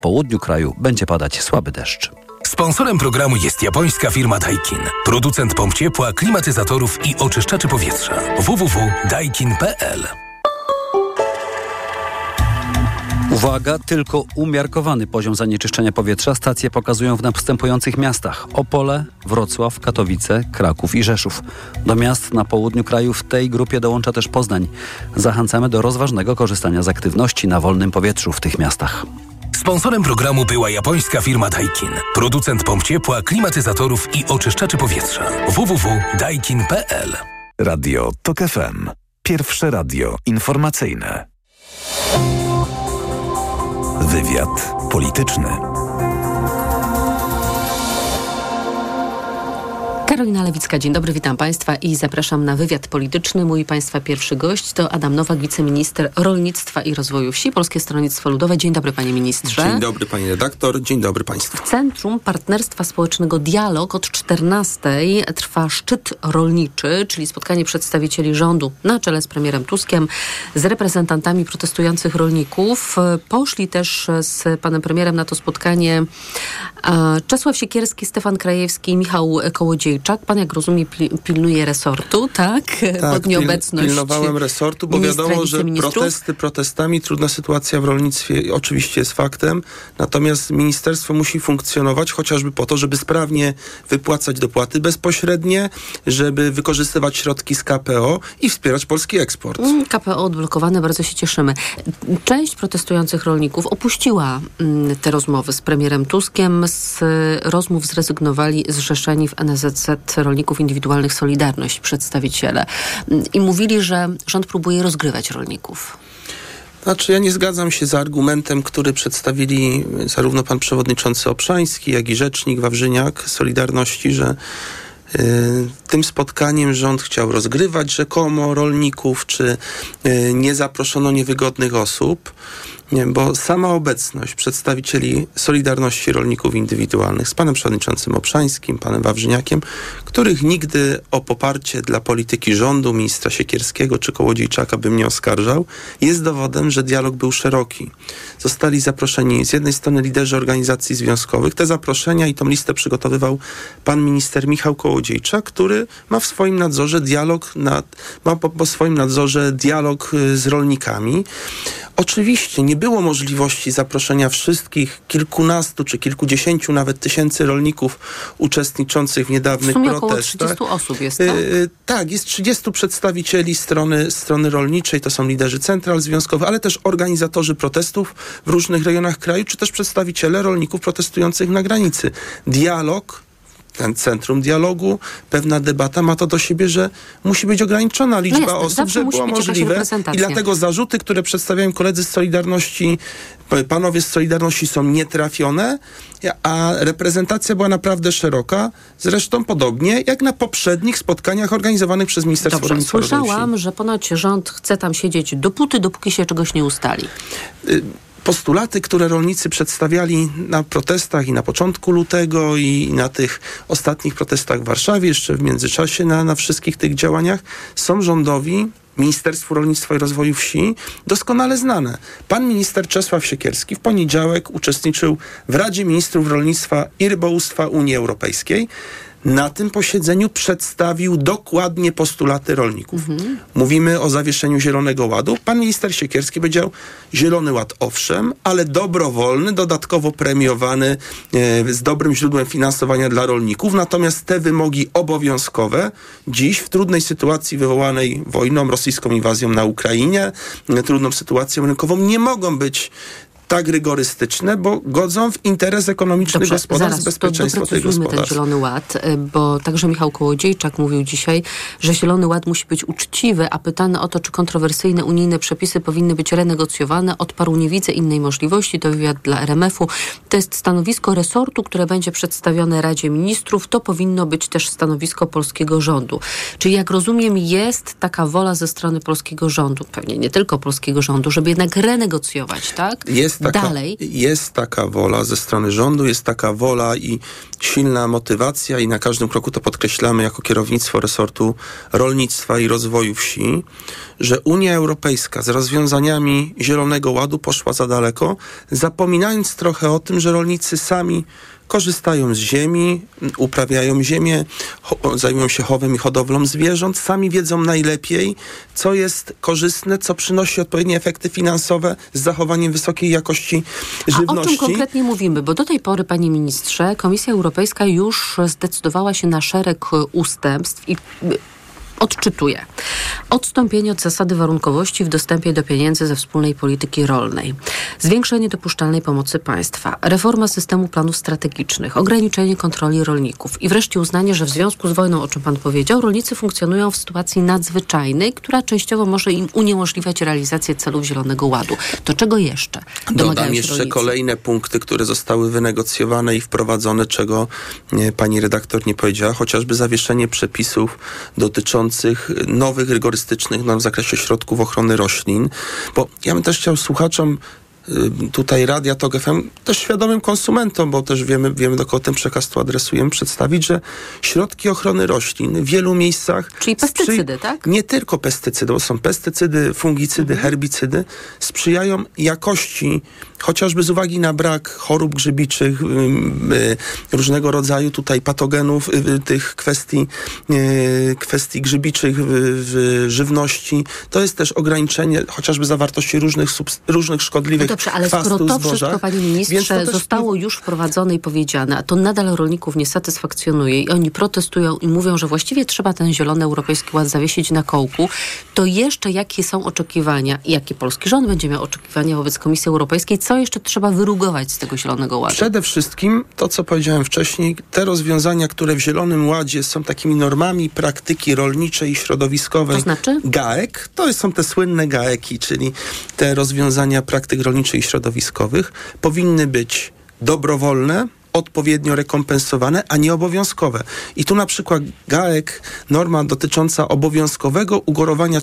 południu kraju będzie padać słaby deszcz. Sponsorem programu jest japońska firma Daikin. Producent pomp ciepła, klimatyzatorów i oczyszczaczy powietrza. www.daikin.pl. Uwaga, tylko umiarkowany poziom zanieczyszczenia powietrza stacje pokazują w następujących miastach: Opole, Wrocław, Katowice, Kraków i Rzeszów. Do miast na południu kraju w tej grupie dołącza też Poznań. Zachęcamy do rozważnego korzystania z aktywności na wolnym powietrzu w tych miastach. Sponsorem programu była japońska firma Daikin. Producent pomp ciepła, klimatyzatorów i oczyszczaczy powietrza. www.daikin.pl. Radio TOK FM. Pierwsze radio informacyjne. Wywiad polityczny. Karolina Lewicka, dzień dobry, witam Państwa i zapraszam na wywiad polityczny. Mój Państwa pierwszy gość to Adam Nowak, wiceminister rolnictwa i rozwoju wsi, Polskie Stronnictwo Ludowe. Dzień dobry, panie ministrze. Dzień dobry, pani redaktor. Dzień dobry państwu. W Centrum Partnerstwa Społecznego Dialog od 14:00 trwa szczyt rolniczy, czyli spotkanie przedstawicieli rządu na czele z premierem Tuskiem z reprezentantami protestujących rolników. Poszli też z panem premierem na to spotkanie Czesław Siekierski, Stefan Krajewski i Michał Kołodziejczak. Pan, jak rozumiem, pilnuje resortu, tak? Pod nieobecność pilnowałem resortu, bo wiadomo, że protesty protestami, trudna sytuacja w rolnictwie oczywiście jest faktem, natomiast ministerstwo musi funkcjonować chociażby po to, żeby sprawnie wypłacać dopłaty bezpośrednie, żeby wykorzystywać środki z KPO i wspierać polski eksport. KPO odblokowane, bardzo się cieszymy. Część protestujących rolników opuściła te rozmowy z premierem Tuskiem. Z rozmów zrezygnowali zrzeszeni w NSZZ Rolników Indywidualnych Solidarność przedstawiciele i mówili, że rząd próbuje rozgrywać rolników. Znaczy, ja nie zgadzam się z argumentem, który przedstawili zarówno pan przewodniczący Obszański, jak i rzecznik Wawrzyniak Solidarności, że tym spotkaniem rząd chciał rozgrywać rzekomo rolników, czy nie zaproszono niewygodnych osób. Nie, bo sama obecność przedstawicieli Solidarności Rolników Indywidualnych z panem przewodniczącym Obszańskim, panem Wawrzyniakiem, których nigdy o poparcie dla polityki rządu, ministra Siekierskiego czy Kołodziejczaka bym nie oskarżał, jest dowodem, że dialog był szeroki. Zostali zaproszeni z jednej strony liderzy organizacji związkowych. Te zaproszenia i tą listę przygotowywał pan minister Michał Kołodziejczak, który ma w swoim nadzorze dialog z rolnikami. Oczywiście nie było możliwości zaproszenia wszystkich kilkunastu czy kilkudziesięciu nawet tysięcy rolników uczestniczących w niedawnych protestach. Około 30 osób jest, tak? Tak, jest 30 przedstawicieli strony rolniczej, to są liderzy central związkowych, ale też organizatorzy protestów w różnych rejonach kraju, czy też przedstawiciele rolników protestujących na granicy. Dialog, ten centrum dialogu, pewna debata ma to do siebie, że musi być ograniczona liczba osób, żeby było możliwe. I dlatego zarzuty, które przedstawiają koledzy z Solidarności, panowie z Solidarności są nietrafione, a reprezentacja była naprawdę szeroka, zresztą podobnie jak na poprzednich spotkaniach organizowanych przez Ministerstwo Rolnictwa. Słyszałam, że ponoć rząd chce tam siedzieć dopóki się czegoś nie ustali. Postulaty, które rolnicy przedstawiali na protestach i na początku lutego i na tych ostatnich protestach w Warszawie, jeszcze w międzyczasie na wszystkich tych działaniach, są rządowi, Ministerstwu Rolnictwa i Rozwoju Wsi doskonale znane. Pan minister Czesław Siekierski w poniedziałek uczestniczył w Radzie Ministrów Rolnictwa i Rybołówstwa Unii Europejskiej. Na tym posiedzeniu przedstawił dokładnie postulaty rolników. Mówimy o zawieszeniu Zielonego Ładu. Pan minister Siekierski powiedział, Zielony Ład owszem, ale dobrowolny, dodatkowo premiowany, z dobrym źródłem finansowania dla rolników. Natomiast te wymogi obowiązkowe dziś w trudnej sytuacji wywołanej wojną, rosyjską inwazją na Ukrainie, trudną sytuacją rynkową, nie mogą być tak rygorystyczne, bo godzą w interes ekonomiczny gospodarstw, bezpieczeństwo tych gospodarstw. Ten Zielony Ład, bo także Michał Kołodziejczak mówił dzisiaj, że Zielony Ład musi być uczciwy, a pytany o to, czy kontrowersyjne unijne przepisy powinny być renegocjowane, odparł: nie widzę innej możliwości, to wywiad dla RMF-u. To jest stanowisko resortu, które będzie przedstawione Radzie Ministrów, to powinno być też stanowisko polskiego rządu. Czyli jak rozumiem, jest taka wola ze strony polskiego rządu, pewnie nie tylko polskiego rządu, żeby jednak renegocjować, tak? Jest dalej? Jest taka wola ze strony rządu, jest taka wola i silna motywacja i na każdym kroku to podkreślamy jako kierownictwo resortu rolnictwa i rozwoju wsi, że Unia Europejska z rozwiązaniami Zielonego Ładu poszła za daleko, zapominając trochę o tym, że rolnicy sami korzystają z ziemi, uprawiają ziemię, zajmują się chowem i hodowlą zwierząt, sami wiedzą najlepiej, co jest korzystne, co przynosi odpowiednie efekty finansowe z zachowaniem wysokiej jakości żywności. A o czym konkretnie mówimy? Bo do tej pory, panie ministrze, Komisja Europejska już zdecydowała się na szereg ustępstw i odczytuję. Odstąpienie od zasady warunkowości w dostępie do pieniędzy ze wspólnej polityki rolnej. Zwiększenie dopuszczalnej pomocy państwa. Reforma systemu planów strategicznych. Ograniczenie kontroli rolników. I wreszcie uznanie, że w związku z wojną, o czym pan powiedział, rolnicy funkcjonują w sytuacji nadzwyczajnej, która częściowo może im uniemożliwiać realizację celów Zielonego Ładu. To czego jeszcze? Dodam jeszcze rolnicy. Kolejne punkty, które zostały wynegocjowane i wprowadzone, czego pani redaktor nie powiedziała, chociażby zawieszenie przepisów dotyczących nowych rygorystycznych norm w zakresie środków ochrony roślin, bo ja bym też chciał słuchaczom tutaj Radia TOK FM, też świadomym konsumentom, bo też wiemy do kogo ten przekaz tu adresujemy, przedstawić, że środki ochrony roślin w wielu miejscach... Czyli pestycydy, tak? Nie tylko pestycydy, bo są pestycydy, fungicydy, herbicydy, sprzyjają jakości, chociażby z uwagi na brak chorób grzybiczych, różnego rodzaju tutaj patogenów, tych kwestii grzybiczych w żywności. To jest też ograniczenie chociażby zawartości różnych szkodliwych dobrze, ale skoro to wszystko, panie ministrze, zostało już wprowadzone i powiedziane, a to nadal rolników nie satysfakcjonuje i oni protestują i mówią, że właściwie trzeba ten Zielony Europejski Ład zawiesić na kołku, to jeszcze jakie są oczekiwania i jakie polski rząd będzie miał oczekiwania wobec Komisji Europejskiej? Co jeszcze trzeba wyrugować z tego Zielonego Ładu? Przede wszystkim to, co powiedziałem wcześniej, te rozwiązania, które w Zielonym Ładzie są takimi normami praktyki rolniczej i środowiskowej. To znaczy? GAEK, to są te słynne GAEK-i, czyli te rozwiązania praktyk rolniczych i środowiskowych, powinny być dobrowolne, odpowiednio rekompensowane, a nie obowiązkowe. I tu na przykład GAEK, norma dotycząca obowiązkowego ugorowania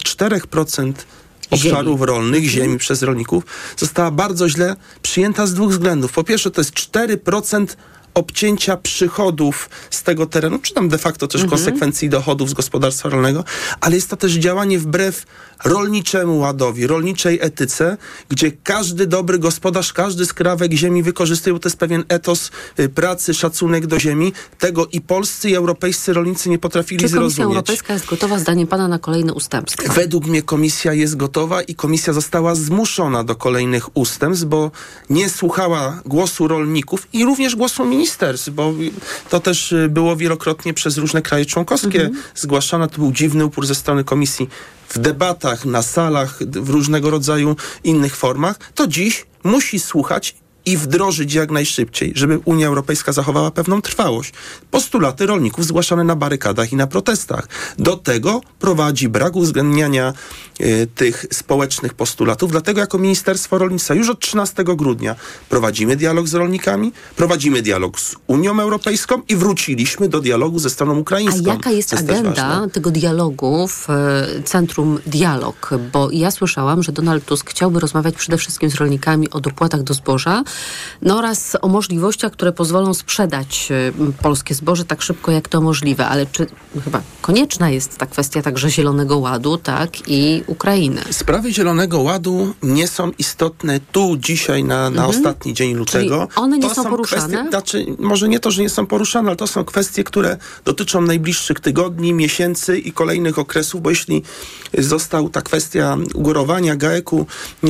4% obszarów rolnych, ziemi przez rolników, została bardzo źle przyjęta z dwóch względów. Po pierwsze, to jest 4% obcięcia przychodów z tego terenu, czy tam de facto też konsekwencji dochodów z gospodarstwa rolnego, ale jest to też działanie wbrew rolniczemu ładowi, rolniczej etyce, gdzie każdy dobry gospodarz, każdy skrawek ziemi wykorzystuje, bo to jest pewien etos pracy, szacunek do ziemi. Tego i polscy, i europejscy rolnicy nie potrafili zrozumieć. Czy Komisja Europejska jest gotowa, zdaniem pana, na kolejne ustępstwa? Według mnie komisja jest gotowa i komisja została zmuszona do kolejnych ustępstw, bo nie słuchała głosu rolników i również głosu ministerstw, bo to też było wielokrotnie przez różne kraje członkowskie zgłaszane. To był dziwny upór ze strony komisji w debatach, na salach, w różnego rodzaju innych formach. To dziś musi słuchać i wdrożyć jak najszybciej, żeby Unia Europejska zachowała pewną trwałość. Postulaty rolników zgłaszane na barykadach i na protestach. Do tego prowadzi brak uwzględniania tych społecznych postulatów. Dlatego jako Ministerstwo Rolnictwa już od 13 grudnia prowadzimy dialog z rolnikami, prowadzimy dialog z Unią Europejską i wróciliśmy do dialogu ze stroną ukraińską. A jaka jest agenda tego dialogu w Centrum Dialog? Bo ja słyszałam, że Donald Tusk chciałby rozmawiać przede wszystkim z rolnikami o dopłatach do zboża, oraz o możliwościach, które pozwolą sprzedać polskie zboże tak szybko, jak to możliwe. Ale czy chyba konieczna jest ta kwestia także Zielonego Ładu, tak, i Ukrainy? Sprawy Zielonego Ładu nie są istotne tu, dzisiaj, na ostatni dzień lutego. Czyli one nie są poruszane? Może nie to, że nie są poruszane, ale to są kwestie, które dotyczą najbliższych tygodni, miesięcy i kolejnych okresów, bo jeśli został ta kwestia ugorowania GAEK-u,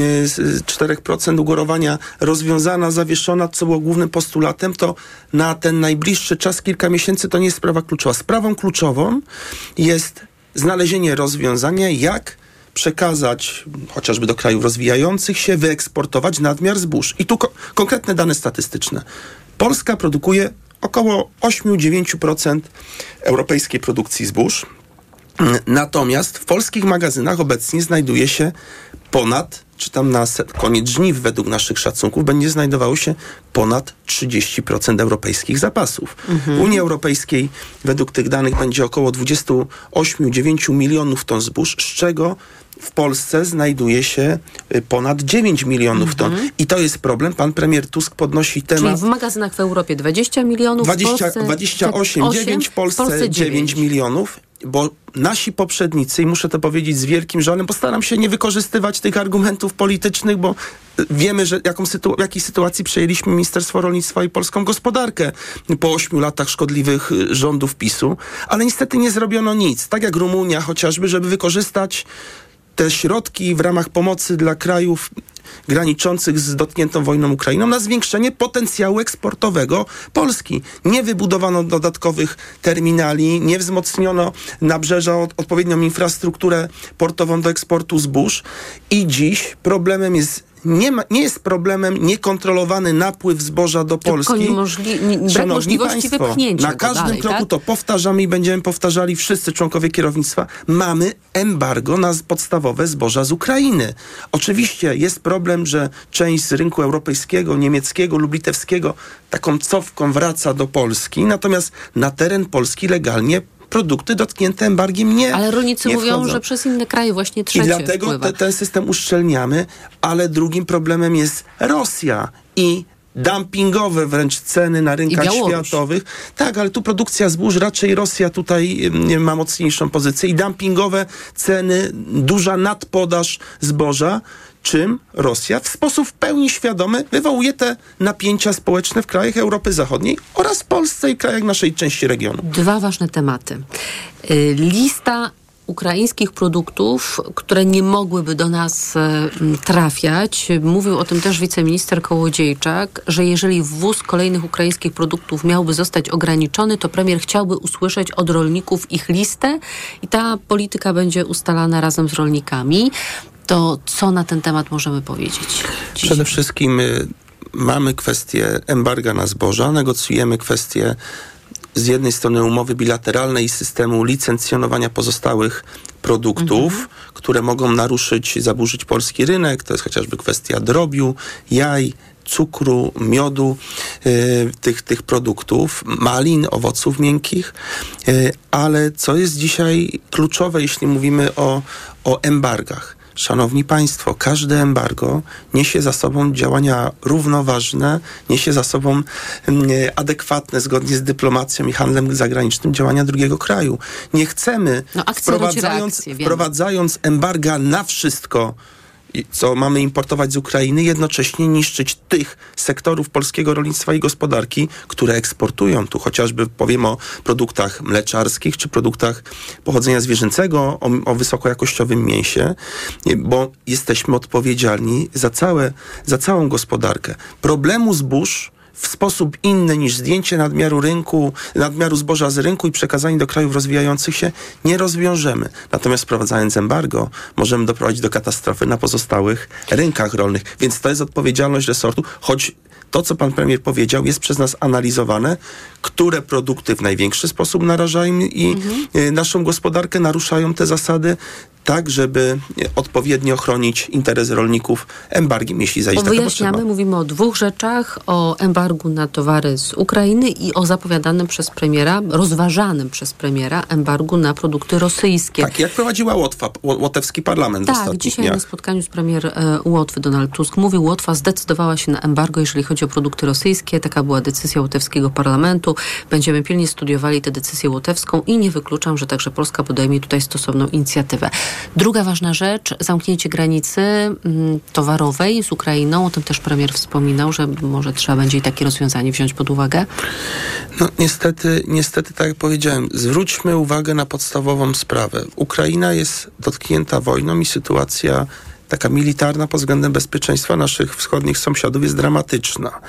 4% ugorowania rozwiązana, zawieszona, co było głównym postulatem, to na ten najbliższy czas, kilka miesięcy, to nie jest sprawa kluczowa. Sprawą kluczową jest znalezienie rozwiązania, jak przekazać chociażby do krajów rozwijających się, wyeksportować nadmiar zbóż. I tu konkretne dane statystyczne. Polska produkuje około 8-9% europejskiej produkcji zbóż. Natomiast w polskich magazynach obecnie znajduje się czy tam na koniec żniw według naszych szacunków będzie znajdowało się ponad 30% europejskich zapasów. W Unii Europejskiej według tych danych będzie około 28-9 milionów ton zbóż, z czego w Polsce znajduje się ponad 9 milionów ton. I to jest problem. Pan premier Tusk podnosi temat. Czyli w magazynach w Europie 20 milionów, 28, 9 w Polsce 9 milionów. Bo nasi poprzednicy, i muszę to powiedzieć z wielkim żalem, postaram się nie wykorzystywać tych argumentów politycznych, bo wiemy, że w jakiej sytuacji przejęliśmy Ministerstwo Rolnictwa i polską gospodarkę po 8 latach szkodliwych rządów PiS-u, ale niestety nie zrobiono nic. Tak jak Rumunia chociażby, żeby wykorzystać te środki w ramach pomocy dla krajów graniczących z dotkniętą wojną Ukrainą na zwiększenie potencjału eksportowego Polski. Nie wybudowano dodatkowych terminali, nie wzmocniono nabrzeża odpowiednią infrastrukturę portową do eksportu zbóż i dziś problemem jest nie jest problemem niekontrolowany napływ zboża do Polski. Brak możliwości wypchnięcia na każdym dalej, kroku tak? to powtarzamy i będziemy powtarzali wszyscy członkowie kierownictwa. Mamy embargo na podstawowe zboża z Ukrainy. Oczywiście jest problem, że część z rynku europejskiego, niemieckiego lub litewskiego taką cofką wraca do Polski, natomiast na teren Polski legalnie produkty dotknięte embargiem nie Ale rolnicy mówią, wchodzą. że przez inne kraje właśnie trzecie I dlatego ten system uszczelniamy, ale drugim problemem jest Rosja i dumpingowe wręcz ceny na rynkach światowych. Tak, ale tu produkcja zbóż, raczej Rosja tutaj ma mocniejszą pozycję i dumpingowe ceny, duża nadpodaż zboża, czym Rosja w sposób w pełni świadomy wywołuje te napięcia społeczne w krajach Europy Zachodniej oraz w Polsce i krajach naszej części regionu. Dwa ważne tematy. Lista ukraińskich produktów, które nie mogłyby do nas trafiać. Mówił o tym też wiceminister Kołodziejczak, że jeżeli wwóz kolejnych ukraińskich produktów miałby zostać ograniczony, to premier chciałby usłyszeć od rolników ich listę i ta polityka będzie ustalana razem z rolnikami. To co na ten temat możemy powiedzieć dziś? Przede wszystkim mamy kwestię embarga na zboża, negocjujemy kwestię z jednej strony umowy bilateralnej i systemu licencjonowania pozostałych produktów, które mogą naruszyć, zaburzyć polski rynek. To jest chociażby kwestia drobiu, jaj, cukru, miodu, tych produktów, malin, owoców miękkich. Ale co jest dzisiaj kluczowe, jeśli mówimy o embargach? Szanowni Państwo, każde embargo niesie za sobą działania równoważne, niesie za sobą adekwatne, zgodnie z dyplomacją i handlem zagranicznym, działania drugiego kraju. Nie chcemy, wprowadzając embarga na wszystko, co mamy importować z Ukrainy, jednocześnie niszczyć tych sektorów polskiego rolnictwa i gospodarki, które eksportują. Tu chociażby powiem o produktach mleczarskich czy produktach pochodzenia zwierzęcego, o wysokojakościowym mięsie, bo jesteśmy odpowiedzialni za całą gospodarkę. Problemu zbóż w sposób inny niż zdjęcie nadmiaru zboża z rynku i przekazanie do krajów rozwijających się nie rozwiążemy. Natomiast wprowadzając embargo możemy doprowadzić do katastrofy na pozostałych rynkach rolnych. Więc to jest odpowiedzialność resortu, choć to, co pan premier powiedział, jest przez nas analizowane, które produkty w największy sposób narażają i naszą gospodarkę, naruszają te zasady, tak, żeby odpowiednio chronić interes rolników embargiem, jeśli zajdzie taka potrzeba. Wyjaśniamy, mówimy o dwóch rzeczach, o embargu na towary z Ukrainy i o zapowiadanym przez premiera, rozważanym przez premiera embargu na produkty rosyjskie. Tak, jak prowadziła łotewski parlament w ostatnich dzisiaj dniach. Na spotkaniu z premier Łotwy Donald Tusk mówił, Łotwa zdecydowała się na embargo, jeżeli chodzi o produkty rosyjskie. Taka była decyzja łotewskiego parlamentu. Będziemy pilnie studiowali tę decyzję łotewską i nie wykluczam, że także Polska podejmie tutaj stosowną inicjatywę. Druga ważna rzecz, zamknięcie granicy towarowej z Ukrainą. O tym też premier wspominał, że może trzeba będzie i takie rozwiązanie wziąć pod uwagę. No niestety, tak jak powiedziałem, zwróćmy uwagę na podstawową sprawę. Ukraina jest dotknięta wojną i sytuacja taka militarna pod względem bezpieczeństwa naszych wschodnich sąsiadów jest dramatyczna.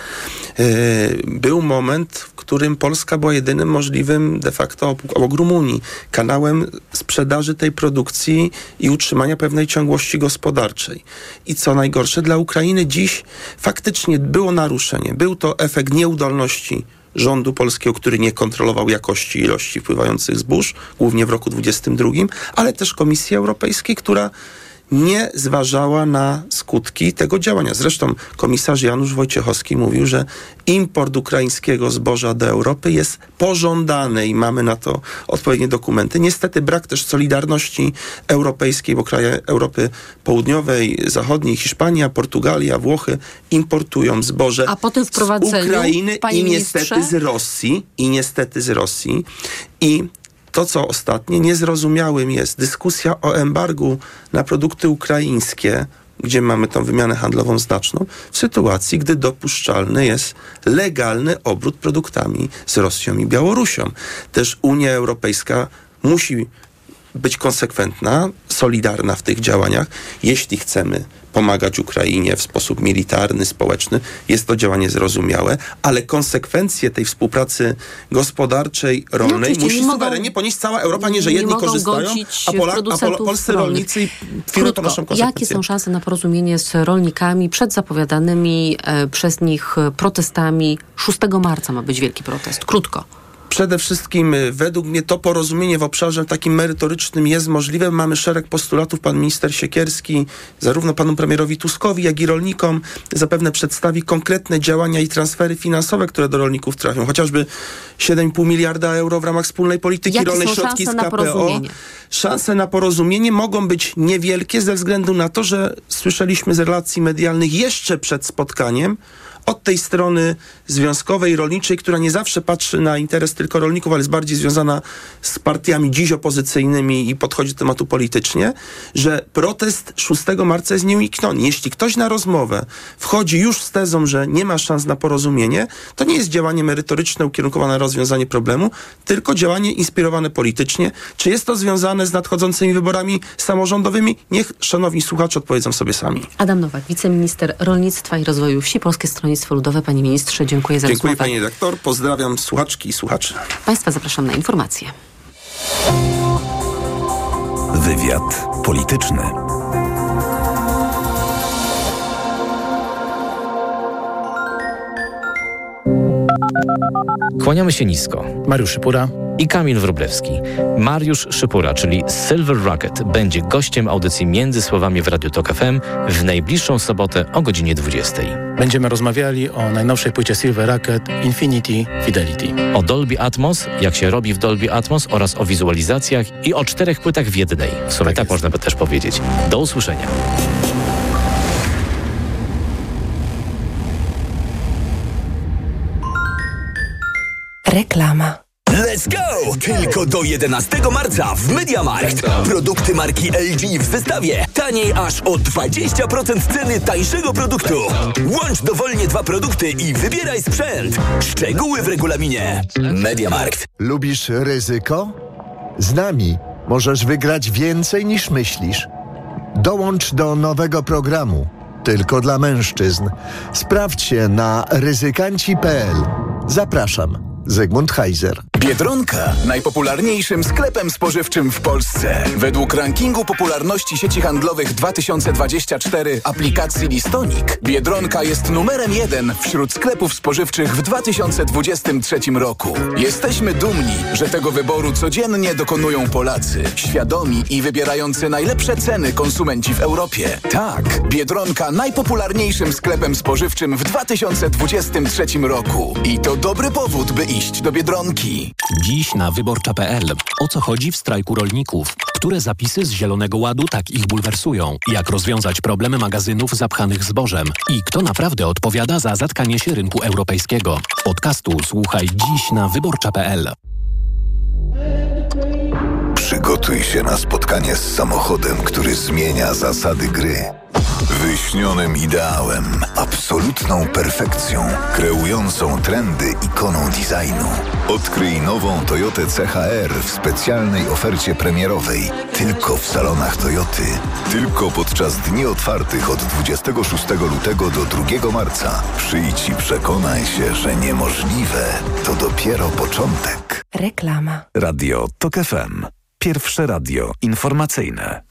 Był moment, w którym Polska była jedynym możliwym de facto obok Rumunii kanałem sprzedaży tej produkcji i utrzymania pewnej ciągłości gospodarczej. I co najgorsze, dla Ukrainy dziś faktycznie było naruszenie. Był to efekt nieudolności rządu polskiego, który nie kontrolował jakości i ilości wpływających zbóż, głównie w roku 2022, ale też Komisji Europejskiej, która nie zważała na skutki tego działania. Zresztą komisarz Janusz Wojciechowski mówił, że import ukraińskiego zboża do Europy jest pożądany i mamy na to odpowiednie dokumenty. Niestety brak też solidarności europejskiej, bo kraje Europy Południowej, Zachodniej, Hiszpania, Portugalia, Włochy importują zboże z Ukrainy i niestety z Rosji. I to, co ostatnie, niezrozumiałym jest dyskusja o embargu na produkty ukraińskie, gdzie mamy tą wymianę handlową znaczną, w sytuacji, gdy dopuszczalny jest legalny obrót produktami z Rosją i Białorusią. Też Unia Europejska musi być konsekwentna, solidarna w tych działaniach, jeśli chcemy pomagać Ukrainie w sposób militarny, społeczny. Jest to działanie zrozumiałe, ale konsekwencje tej współpracy gospodarczej, rolnej musi suwerennie ponieść cała Europa, nie że jedni korzystają, a polscy rolnicy i firmy ponoszą konsekwencje. Jakie są szanse na porozumienie z rolnikami przed zapowiadanymi przez nich protestami? 6 marca ma być wielki protest. Krótko. Przede wszystkim według mnie to porozumienie w obszarze takim merytorycznym jest możliwe. Mamy szereg postulatów. Pan minister Siekierski zarówno panu premierowi Tuskowi, jak i rolnikom zapewne przedstawi konkretne działania i transfery finansowe, które do rolników trafią. Chociażby 7,5 miliarda euro w ramach wspólnej polityki rolnej, środki z KPO. Szanse na porozumienie mogą być niewielkie ze względu na to, że słyszeliśmy z relacji medialnych jeszcze przed spotkaniem od tej strony związkowej, rolniczej, która nie zawsze patrzy na interes tylko rolników, ale jest bardziej związana z partiami dziś opozycyjnymi i podchodzi do tematu politycznie, że protest 6 marca jest nieunikniony. Jeśli ktoś na rozmowę wchodzi już z tezą, że nie ma szans na porozumienie, to nie jest działanie merytoryczne ukierunkowane na rozwiązanie problemu, tylko działanie inspirowane politycznie. Czy jest to związane z nadchodzącymi wyborami samorządowymi? Niech szanowni słuchacze odpowiedzą sobie sami. Adam Nowak, wiceminister rolnictwa i rozwoju wsi, Polskie Stronnictwo Ludowe. Panie ministrze, dziękuję za rozmowę. Dziękuję pani redaktor. Pozdrawiam słuchaczki i słuchaczy. Państwa zapraszam na informacje. Wywiad polityczny. Kłaniamy się nisko. Mariusz Szypura I Kamil Wróblewski. Mariusz Szypura, czyli Silver Rocket, będzie gościem audycji Między Słowami w Radiu Tok FM w najbliższą sobotę o godzinie 20. Będziemy rozmawiali o najnowszej płycie Silver Rocket Infinity Fidelity. O Dolby Atmos, jak się robi w Dolby Atmos oraz o wizualizacjach i o 4 płytach w jednej. W sumie tak można by też powiedzieć. Do usłyszenia. Reklama. Let's go! Tylko do 11 marca w MediaMarkt. Produkty marki LG w zestawie. Taniej aż o 20% ceny tańszego produktu. Łącz dowolnie 2 produkty i wybieraj sprzęt. Szczegóły w regulaminie. MediaMarkt. Lubisz ryzyko? Z nami możesz wygrać więcej niż myślisz. Dołącz do nowego programu. Tylko dla mężczyzn. Sprawdź się na ryzykanci.pl. Zapraszam. Zygmunt Heiser. Biedronka, najpopularniejszym sklepem spożywczym w Polsce. Według rankingu popularności sieci handlowych 2024 aplikacji Listonik, Biedronka jest numerem 1 wśród sklepów spożywczych w 2023 roku. Jesteśmy dumni, że tego wyboru codziennie dokonują Polacy, świadomi i wybierający najlepsze ceny konsumenci w Europie. Tak, Biedronka najpopularniejszym sklepem spożywczym w 2023 roku. I to dobry powód, by iść do Biedronki. Dziś na wyborcza.pl. O co chodzi w strajku rolników? Które zapisy z Zielonego Ładu tak ich bulwersują? Jak rozwiązać problemy magazynów zapchanych zbożem? I kto naprawdę odpowiada za zatkanie się rynku europejskiego? Podcastu słuchaj dziś na wyborcza.pl. Przygotuj się na spotkanie z samochodem, który zmienia zasady gry. Wyśnionym ideałem, absolutną perfekcją, kreującą trendy ikoną designu. Odkryj nową Toyotę CHR w specjalnej ofercie premierowej. Tylko w salonach Toyoty. Tylko podczas dni otwartych od 26 lutego do 2 marca. Przyjdź i przekonaj się, że niemożliwe to dopiero początek. Reklama. Radio Tok FM. Pierwsze radio informacyjne.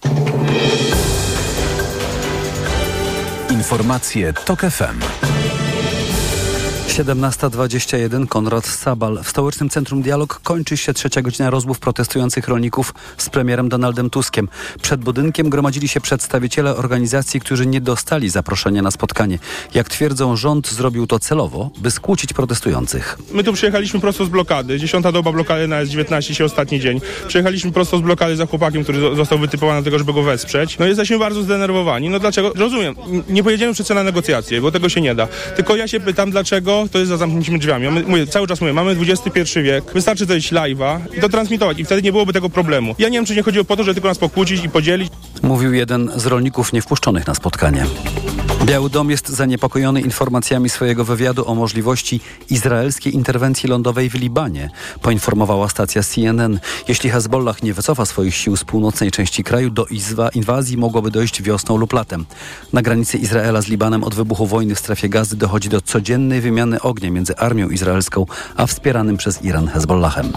Informacje Tok FM. 17:21 Konrad Sabal. W stołecznym Centrum Dialog kończy się 3. godzina rozmów protestujących rolników z premierem Donaldem Tuskiem. Przed budynkiem gromadzili się przedstawiciele organizacji, którzy nie dostali zaproszenia na spotkanie. Jak twierdzą, rząd zrobił to celowo, by skłócić protestujących. My tu przyjechaliśmy prosto z blokady. 10. doba blokady na S19, dzisiaj ostatni dzień. Przyjechaliśmy prosto z blokady za chłopakiem, który został wytypowany do tego, żeby go wesprzeć. No jesteśmy bardzo zdenerwowani. No dlaczego? Rozumiem, nie pojedziemy wszyscy na negocjacje, bo tego się nie da. Tylko ja się pytam, dlaczego to jest za zamkniętymi drzwiami. Cały czas mówię, mamy XXI wiek, wystarczy zejść live'a i to transmitować i wtedy nie byłoby tego problemu. Ja nie wiem, czy nie chodziło po to, żeby tylko nas pokłócić i podzielić. Mówił jeden z rolników niewpuszczonych na spotkanie. Biały Dom jest zaniepokojony informacjami swojego wywiadu o możliwości izraelskiej interwencji lądowej w Libanie, poinformowała stacja CNN. Jeśli Hezbollah nie wycofa swoich sił z północnej części kraju, do inwazji mogłoby dojść wiosną lub latem. Na granicy Izraela z Libanem od wybuchu wojny w strefie Gazy dochodzi do codziennej wymiany ognia między armią izraelską a wspieranym przez Iran Hezbollahem.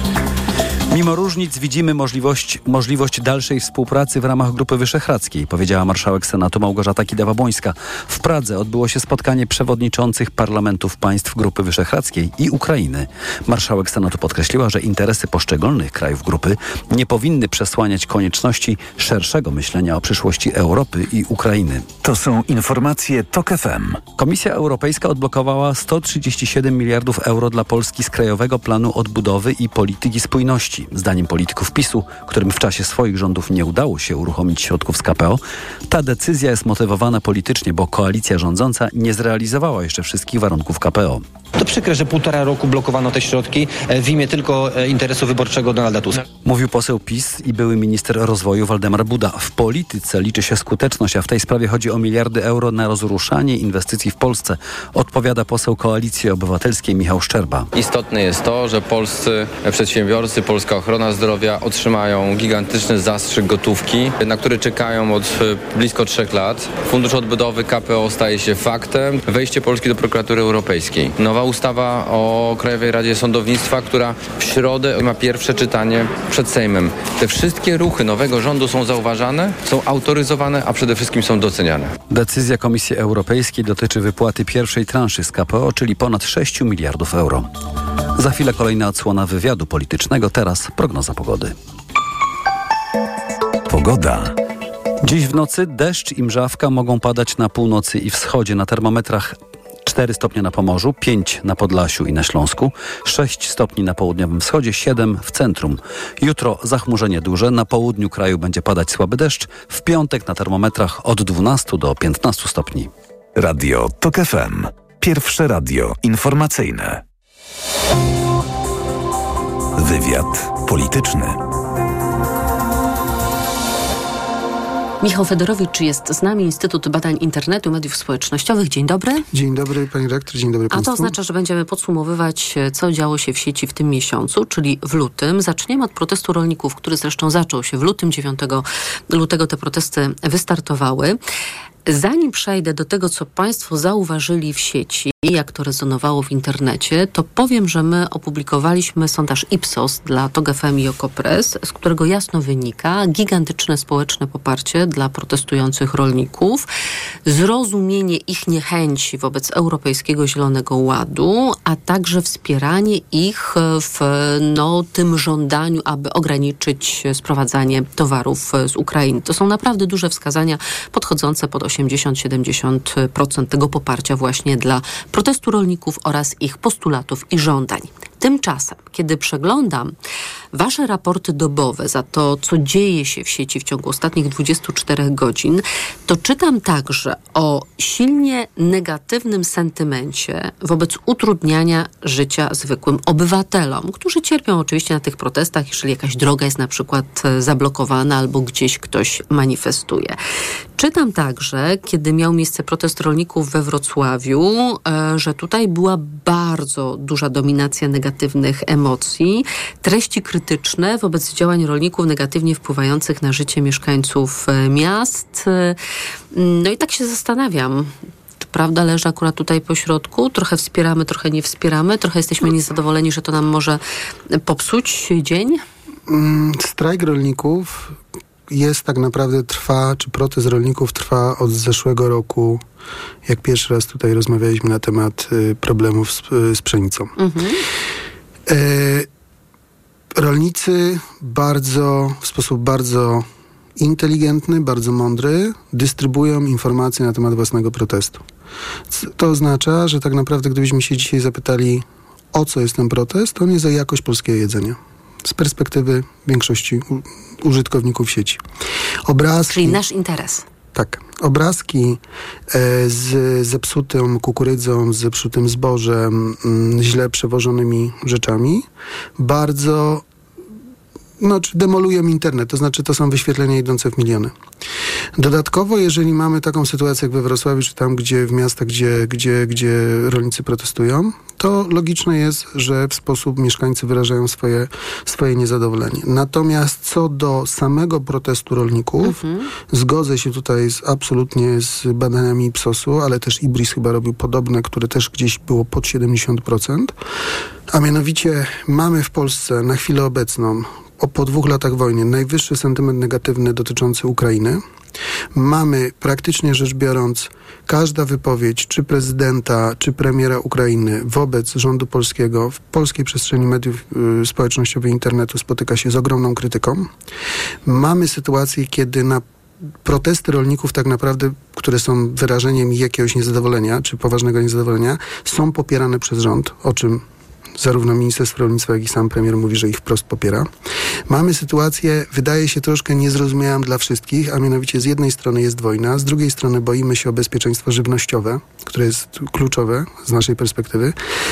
Mimo różnic widzimy możliwość dalszej współpracy w ramach Grupy Wyszehradzkiej, powiedziała marszałek Senatu Małgorzata Kidawa-Błońska. W Pradze odbyło się spotkanie przewodniczących parlamentów państw Grupy Wyszehradzkiej i Ukrainy. Marszałek Senatu podkreśliła, że interesy poszczególnych krajów grupy nie powinny przesłaniać konieczności szerszego myślenia o przyszłości Europy i Ukrainy. To są informacje TOK FM. Komisja Europejska odblokowała 137 miliardów euro dla Polski z Krajowego Planu Odbudowy i Polityki Spójności. Zdaniem polityków PiS-u, którym w czasie swoich rządów nie udało się uruchomić środków z KPO, ta decyzja jest motywowana politycznie, bo koalicja rządząca nie zrealizowała jeszcze wszystkich warunków KPO. To przykre, że 1,5 roku blokowano te środki w imię tylko interesu wyborczego Donalda Tuska. Mówił poseł PiS i były minister rozwoju Waldemar Buda. W polityce liczy się skuteczność, a w tej sprawie chodzi o miliardy euro na rozruszanie inwestycji w Polsce, odpowiada poseł Koalicji Obywatelskiej Michał Szczerba. Istotne jest to, że polscy przedsiębiorcy, polska ochrona zdrowia otrzymają gigantyczny zastrzyk gotówki, na który czekają od blisko 3 lat. Fundusz Odbudowy KPO staje się faktem. Wejście Polski do Prokuratury Europejskiej. Nowa ustawa o Krajowej Radzie Sądownictwa, która w środę ma pierwsze czytanie przed Sejmem. Te wszystkie ruchy nowego rządu są zauważane, są autoryzowane, a przede wszystkim są doceniane. Decyzja Komisji Europejskiej dotyczy wypłaty pierwszej transzy z KPO, czyli ponad 6 miliardów euro. Za chwilę kolejna odsłona wywiadu politycznego, teraz prognoza pogody. Pogoda. Dziś w nocy deszcz i mrzawka mogą padać na północy i wschodzie. Na termometrach 4 stopnie na Pomorzu, 5 na Podlasiu i na Śląsku, 6 stopni na południowym wschodzie, 7 w centrum. Jutro zachmurzenie duże, na południu kraju będzie padać słaby deszcz, w piątek na termometrach od 12 do 15 stopni. Radio TOK FM. Pierwsze radio informacyjne. Wywiad polityczny. Michał Fedorowicz jest z nami, Instytut Badań Internetu i Mediów Społecznościowych. Dzień dobry. Dzień dobry, pani rektor, dzień dobry państwu. A to oznacza, że będziemy podsumowywać, co działo się w sieci w tym miesiącu, czyli w lutym. Zaczniemy od protestu rolników, który zresztą zaczął się w lutym. 9 lutego te protesty wystartowały. Zanim przejdę do tego, co państwo zauważyli w sieci, jak to rezonowało w internecie, to powiem, że my opublikowaliśmy sondaż Ipsos dla TOK FM i Okopres, z którego jasno wynika gigantyczne społeczne poparcie dla protestujących rolników, zrozumienie ich niechęci wobec Europejskiego Zielonego Ładu, a także wspieranie ich w tym żądaniu, aby ograniczyć sprowadzanie towarów z Ukrainy. To są naprawdę duże wskazania podchodzące pod 80-70% tego poparcia właśnie dla protestu rolników oraz ich postulatów i żądań. Tymczasem, kiedy przeglądam wasze raporty dobowe za to, co dzieje się w sieci w ciągu ostatnich 24 godzin, to czytam także o silnie negatywnym sentymencie wobec utrudniania życia zwykłym obywatelom, którzy cierpią oczywiście na tych protestach, jeżeli jakaś droga jest na przykład zablokowana albo gdzieś ktoś manifestuje. Czytam także, kiedy miał miejsce protest rolników we Wrocławiu, że tutaj była bardzo duża dominacja negatywnych emocji, treści krytyczne wobec działań rolników negatywnie wpływających na życie mieszkańców miast. No i tak się zastanawiam, czy prawda leży akurat tutaj po środku? Trochę wspieramy, trochę nie wspieramy, trochę jesteśmy niezadowoleni, że to nam może popsuć dzień? Strajk rolników jest tak naprawdę czy protest rolników trwa od zeszłego roku, jak pierwszy raz tutaj rozmawialiśmy na temat problemów z pszenicą. Rolnicy w sposób bardzo inteligentny, bardzo mądry dystrybuują informacje na temat własnego protestu. To oznacza, że tak naprawdę gdybyśmy się dzisiaj zapytali, o co jest ten protest, to on jest za jakość polskiego jedzenia. Z perspektywy większości użytkowników sieci. Czyli nasz interes. Tak. Obrazki z zepsutą kukurydzą, z zepsutym zbożem, źle przewożonymi rzeczami bardzo demolują internet, to znaczy to są wyświetlenia idące w miliony. Dodatkowo, jeżeli mamy taką sytuację jak we Wrocławiu, czy tam, w miastach, gdzie rolnicy protestują, to logiczne jest, że w sposób mieszkańcy wyrażają swoje niezadowolenie. Natomiast co do samego protestu rolników, zgodzę się tutaj absolutnie z badaniami Ipsosu, ale też Ibris chyba robił podobne, które też gdzieś było pod 70%, a mianowicie mamy w Polsce na chwilę obecną po 2 latach wojny najwyższy sentyment negatywny dotyczący Ukrainy. Mamy praktycznie rzecz biorąc każda wypowiedź czy prezydenta, czy premiera Ukrainy wobec rządu polskiego w polskiej przestrzeni mediów społecznościowych i internetu spotyka się z ogromną krytyką. Mamy sytuację, kiedy na protesty rolników tak naprawdę, które są wyrażeniem jakiegoś niezadowolenia, czy poważnego niezadowolenia, są popierane przez rząd, o czym zarówno Ministerstwo Rolnictwa, jak i sam premier mówi, że ich wprost popiera. Mamy sytuację, wydaje się troszkę niezrozumiałą dla wszystkich, a mianowicie z jednej strony jest wojna, z drugiej strony boimy się o bezpieczeństwo żywnościowe, które jest kluczowe z naszej perspektywy.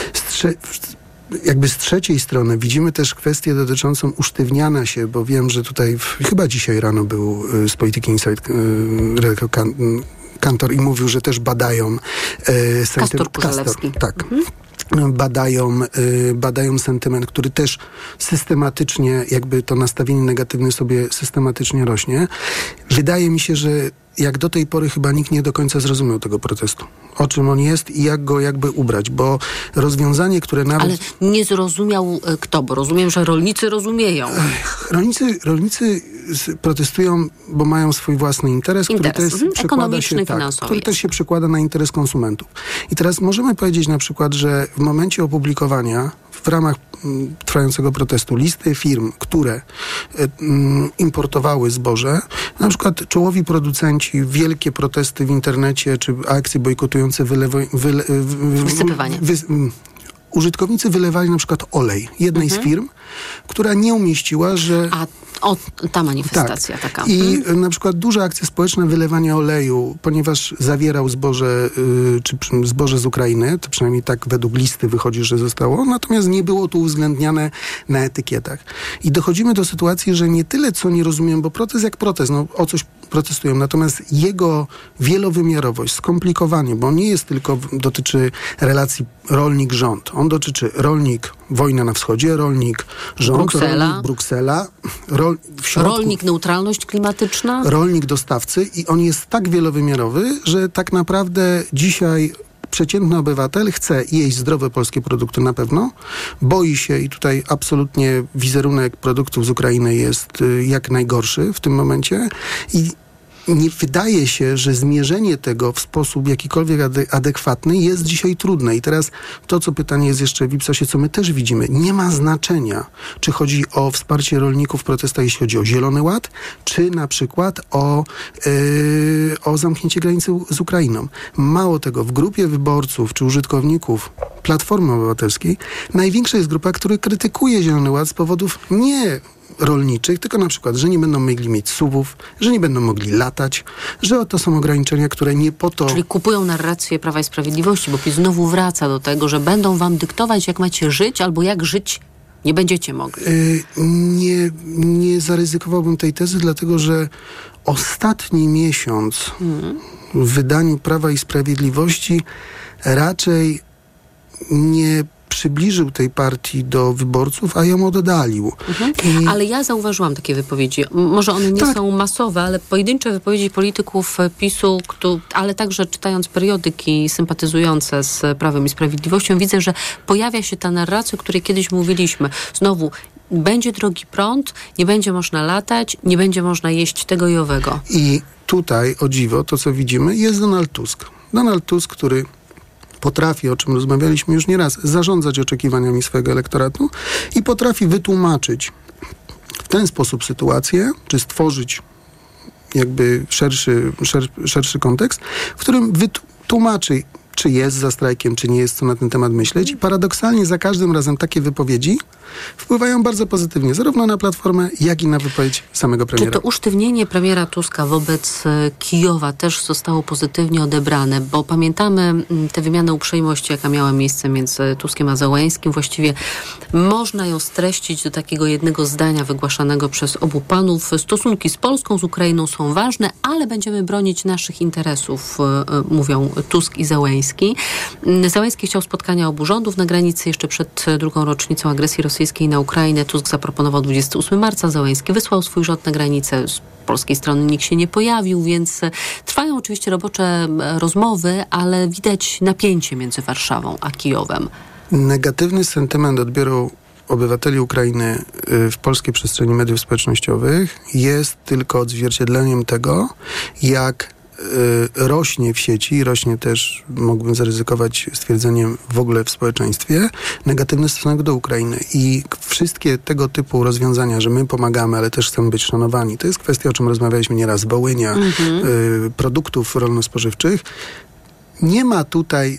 Z trzeciej strony widzimy też kwestię dotyczącą usztywniania się, bo wiem, że tutaj chyba dzisiaj rano był z Polityki Insight Kantor i mówił, że też badają Kastor. Tak. Badają sentyment, który też systematycznie, to nastawienie negatywne sobie systematycznie rośnie. Wydaje mi się, że jak do tej pory chyba nikt nie do końca zrozumiał tego protestu. O czym on jest i jak go ubrać, bo rozwiązanie, które nawet... Ale nie zrozumiał kto, bo rozumiem, że rolnicy rozumieją. Rolnicy protestują, bo mają swój własny interes, ekonomiczny, finansowy. Który też się przekłada na interes konsumentów. I teraz możemy powiedzieć na przykład, że w momencie opublikowania w ramach trwającego protestu listy firm, które importowały zboże, na przykład czołowi producenci, wielkie protesty w internecie, czy akcje bojkotujące wysypywanie. Użytkownicy wylewali na przykład olej jednej z firm, która nie umieściła, że... ta manifestacja taka. I na przykład duże akcje społeczne wylewania oleju, ponieważ zawierał zboże, czy zboże z Ukrainy, to przynajmniej tak według listy wychodzi, że zostało, natomiast nie było to uwzględniane na etykietach. I dochodzimy do sytuacji, że nie tyle, co nie rozumiem, bo protest jak protest, o coś protestują, natomiast jego wielowymiarowość, skomplikowanie, bo on nie jest tylko, dotyczy relacji rolnik-rząd. On dotyczy rolnik, wojna na wschodzie, rolnik, rząd, Bruksela, rolnik, neutralność klimatyczna, rolnik, dostawcy i on jest tak wielowymiarowy, że tak naprawdę dzisiaj przeciętny obywatel chce jeść zdrowe polskie produkty na pewno, boi się i tutaj absolutnie wizerunek produktów z Ukrainy jest jak najgorszy w tym momencie i nie wydaje się, że zmierzenie tego w sposób jakikolwiek adekwatny jest dzisiaj trudne. I teraz to, co pytanie jest jeszcze w Ipsosie, co my też widzimy, nie ma znaczenia, czy chodzi o wsparcie rolników w protestach, jeśli chodzi o Zielony Ład, czy na przykład o zamknięcie granicy z Ukrainą. Mało tego, w grupie wyborców czy użytkowników Platformy Obywatelskiej największa jest grupa, która krytykuje Zielony Ład z powodów nie rolniczych, tylko na przykład, że nie będą mogli mieć SUV-ów, że nie będą mogli latać, że to są ograniczenia, które nie po to... Czyli kupują narrację Prawa i Sprawiedliwości, bo PiS znowu wraca do tego, że będą wam dyktować, jak macie żyć, albo jak żyć nie będziecie mogli. Nie zaryzykowałbym tej tezy, dlatego że ostatni miesiąc w wydaniu Prawa i Sprawiedliwości raczej nie przybliżył tej partii do wyborców, a ją oddalił. Ale ja zauważyłam takie wypowiedzi. Może one nie są masowe, ale pojedyncze wypowiedzi polityków PiS-u, ale także czytając periodyki sympatyzujące z Prawem i Sprawiedliwością, widzę, że pojawia się ta narracja, o której kiedyś mówiliśmy. Znowu, będzie drogi prąd, nie będzie można latać, nie będzie można jeść tego i owego. I tutaj, o dziwo, to co widzimy, jest Donald Tusk. Donald Tusk, który potrafi, o czym rozmawialiśmy już nieraz, zarządzać oczekiwaniami swojego elektoratu i potrafi wytłumaczyć w ten sposób sytuację, czy stworzyć jakby szerszy kontekst, w którym wytłumaczy, czy jest za strajkiem, czy nie jest, co na ten temat myśleć. I paradoksalnie za każdym razem takie wypowiedzi wpływają bardzo pozytywnie, zarówno na Platformę, jak i na wypowiedź samego premiera. Czy to usztywnienie premiera Tuska wobec Kijowa też zostało pozytywnie odebrane? Bo pamiętamy tę wymianę uprzejmości, jaka miała miejsce między Tuskiem a Załęskim. Właściwie można ją streścić do takiego jednego zdania wygłaszanego przez obu panów. Stosunki z Polską, z Ukrainą są ważne, ale będziemy bronić naszych interesów, mówią Tusk i Załęski. Załęski chciał spotkania obu rządów na granicy jeszcze przed drugą rocznicą agresji rosyjskiej na Ukrainę. Tusk zaproponował 28 marca, Załęski wysłał swój rząd na granicę. Z polskiej strony nikt się nie pojawił, więc trwają oczywiście robocze rozmowy, ale widać napięcie między Warszawą a Kijowem. Negatywny sentyment odbioru obywateli Ukrainy w polskiej przestrzeni mediów społecznościowych jest tylko odzwierciedleniem tego, jak rośnie w sieci, rośnie też, mógłbym zaryzykować stwierdzeniem, w ogóle w społeczeństwie, negatywny stosunek do Ukrainy. I wszystkie tego typu rozwiązania, że my pomagamy, ale też chcemy być szanowani, to jest kwestia, o czym rozmawialiśmy nieraz, Wołynia, produktów rolno-spożywczych. Nie ma tutaj,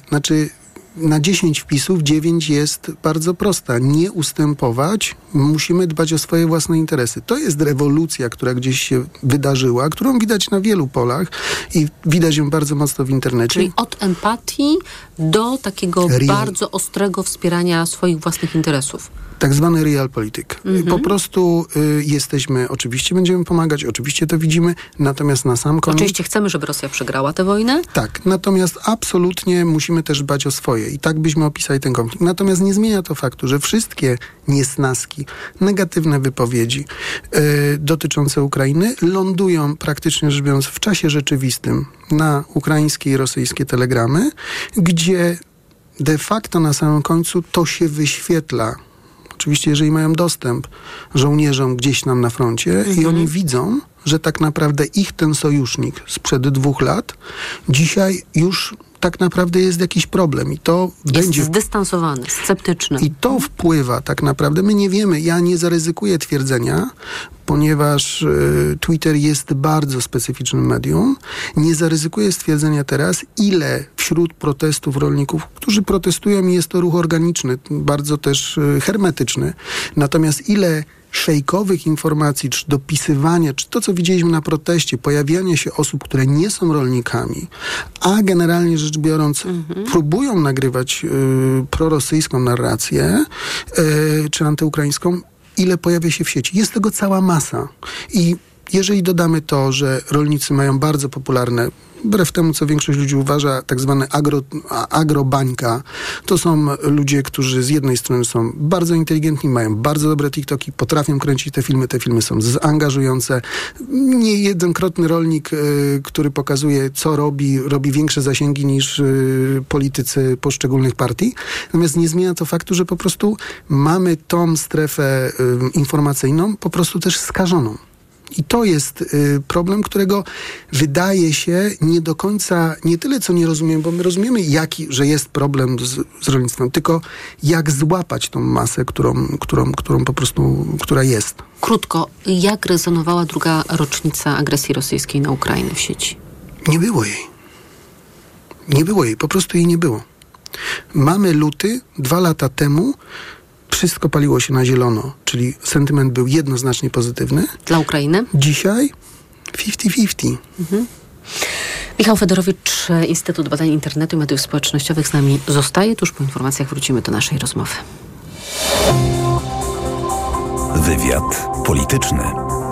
na 10 wpisów 9 jest bardzo prosta. Nie ustępować, musimy dbać o swoje własne interesy. To jest rewolucja, która gdzieś się wydarzyła, którą widać na wielu polach i widać ją bardzo mocno w internecie. Czyli od empatii do takiego bardzo ostrego wspierania swoich własnych interesów. Tak zwany realpolitik. Po prostu oczywiście będziemy pomagać, oczywiście to widzimy, natomiast na sam koniec... Oczywiście chcemy, żeby Rosja przegrała tę wojnę? Tak, natomiast absolutnie musimy też dbać o swoje i tak byśmy opisali ten konflikt. Natomiast nie zmienia to faktu, że wszystkie niesnaski, negatywne wypowiedzi dotyczące Ukrainy lądują praktycznie rzecz biorąc w czasie rzeczywistym na ukraińskie i rosyjskie telegramy, gdzie de facto na samym końcu to się wyświetla. Oczywiście, jeżeli mają dostęp żołnierzom gdzieś tam na froncie i oni widzą, że tak naprawdę ich ten sojusznik sprzed 2 lat dzisiaj już tak naprawdę jest jakiś problem i to będzie... Jest zdystansowany, sceptyczny. I to wpływa tak naprawdę. My nie wiemy, ja nie zaryzykuję twierdzenia, ponieważ Twitter jest bardzo specyficznym medium. Nie zaryzykuję stwierdzenia teraz, ile wśród protestów rolników, którzy protestują i jest to ruch organiczny, bardzo też hermetyczny. Natomiast ile fejkowych informacji, czy dopisywania, czy to, co widzieliśmy na proteście, pojawianie się osób, które nie są rolnikami, a generalnie rzecz biorąc próbują nagrywać prorosyjską narrację, czy antyukraińską, ile pojawia się w sieci. Jest tego cała masa. I jeżeli dodamy to, że rolnicy mają bardzo popularne, wbrew temu, co większość ludzi uważa, tak zwane agrobańka, to są ludzie, którzy z jednej strony są bardzo inteligentni, mają bardzo dobre TikToki, potrafią kręcić te filmy są zaangażujące. Niejednokrotny rolnik, który pokazuje, co robi większe zasięgi niż politycy poszczególnych partii. Natomiast nie zmienia to faktu, że po prostu mamy tą strefę informacyjną po prostu też skażoną. I to jest problem, którego wydaje się nie do końca, nie tyle co nie rozumiemy, bo my rozumiemy, że jest problem z rolnictwem, tylko jak złapać tą masę, którą po prostu, która jest. Krótko, jak rezonowała 2. rocznica agresji rosyjskiej na Ukrainę w sieci? Nie było jej. Nie było jej, po prostu jej nie było. Mamy luty, 2 lata temu, wszystko paliło się na zielono, czyli sentyment był jednoznacznie pozytywny. Dla Ukrainy? Dzisiaj 50-50. Michał Fedorowicz, Instytut Badań Internetu i Mediów Społecznościowych z nami zostaje. Tuż po informacjach wrócimy do naszej rozmowy. Wywiad polityczny.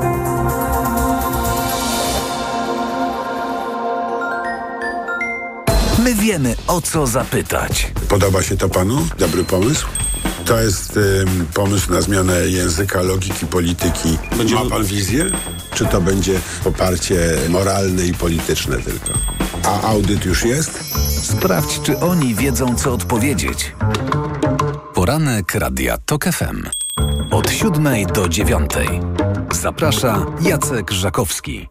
My wiemy, o co zapytać. Podoba się to panu? Dobry pomysł? To jest pomysł na zmianę języka, logiki, polityki. Ma pan wizję? Czy to będzie poparcie moralne i polityczne tylko? A audyt już jest? Sprawdź, czy oni wiedzą, co odpowiedzieć. Poranek Radia TOK FM. Od 7 do 9. Zaprasza Jacek Żakowski.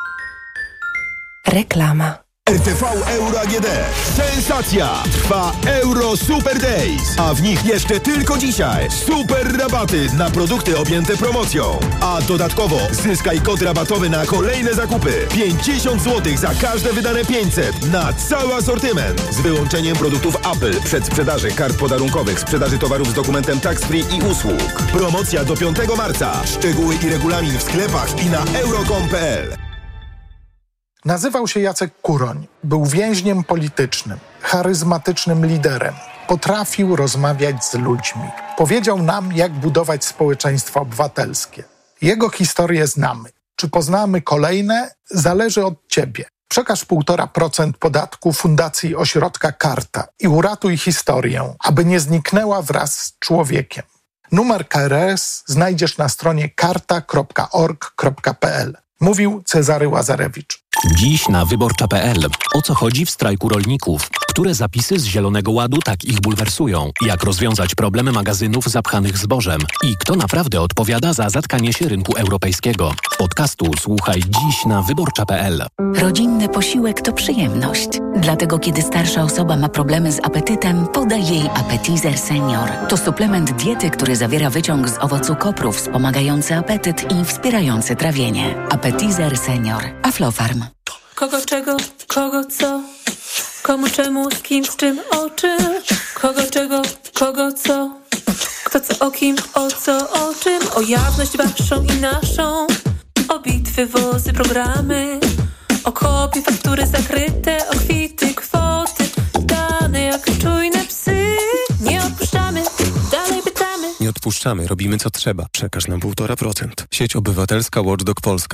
Reklama. RTV Euro AGD. Sensacja! Trwa Euro Super Days, a w nich jeszcze tylko dzisiaj super rabaty na produkty objęte promocją. A dodatkowo zyskaj kod rabatowy na kolejne zakupy. 50 zł za każde wydane 500 na cały asortyment. Z wyłączeniem produktów Apple, przedsprzedaży kart podarunkowych, sprzedaży towarów z dokumentem tax free i usług. Promocja do 5 marca. Szczegóły i regulamin w sklepach i na euro.com.pl. Nazywał się Jacek Kuroń. Był więźniem politycznym, charyzmatycznym liderem. Potrafił rozmawiać z ludźmi. Powiedział nam, jak budować społeczeństwo obywatelskie. Jego historię znamy. Czy poznamy kolejne? Zależy od ciebie. Przekaż 1,5% podatku Fundacji Ośrodka Karta i uratuj historię, aby nie zniknęła wraz z człowiekiem. Numer KRS znajdziesz na stronie karta.org.pl. Mówił Cezary Łazarewicz. Dziś na wyborcza.pl. O co chodzi w strajku rolników? Które zapisy z Zielonego Ładu tak ich bulwersują? Jak rozwiązać problemy magazynów zapchanych zbożem? I kto naprawdę odpowiada za zatkanie się rynku europejskiego? Podcastu słuchaj dziś na wyborcza.pl. Rodzinny posiłek to przyjemność. Dlatego kiedy starsza osoba ma problemy z apetytem, podaj jej Appetizer Senior. To suplement diety, który zawiera wyciąg z owocu kopru wspomagający apetyt i wspierający trawienie. Appetizer Senior. Aflofarm. Kogo czego, kogo co, komu czemu, z kim, z czym, o czym, kogo czego, kogo co, kto co o kim, o co, o czym, o jawność waszą i naszą, o bitwy, wozy, programy, o kopie, faktury zakryte, o kwity, kwoty, dane jak czujne psy, nie odpuszczamy, dalej pytamy. Nie odpuszczamy, robimy co trzeba. Przekaż nam 1,5%. Sieć Obywatelska Watchdog Polska.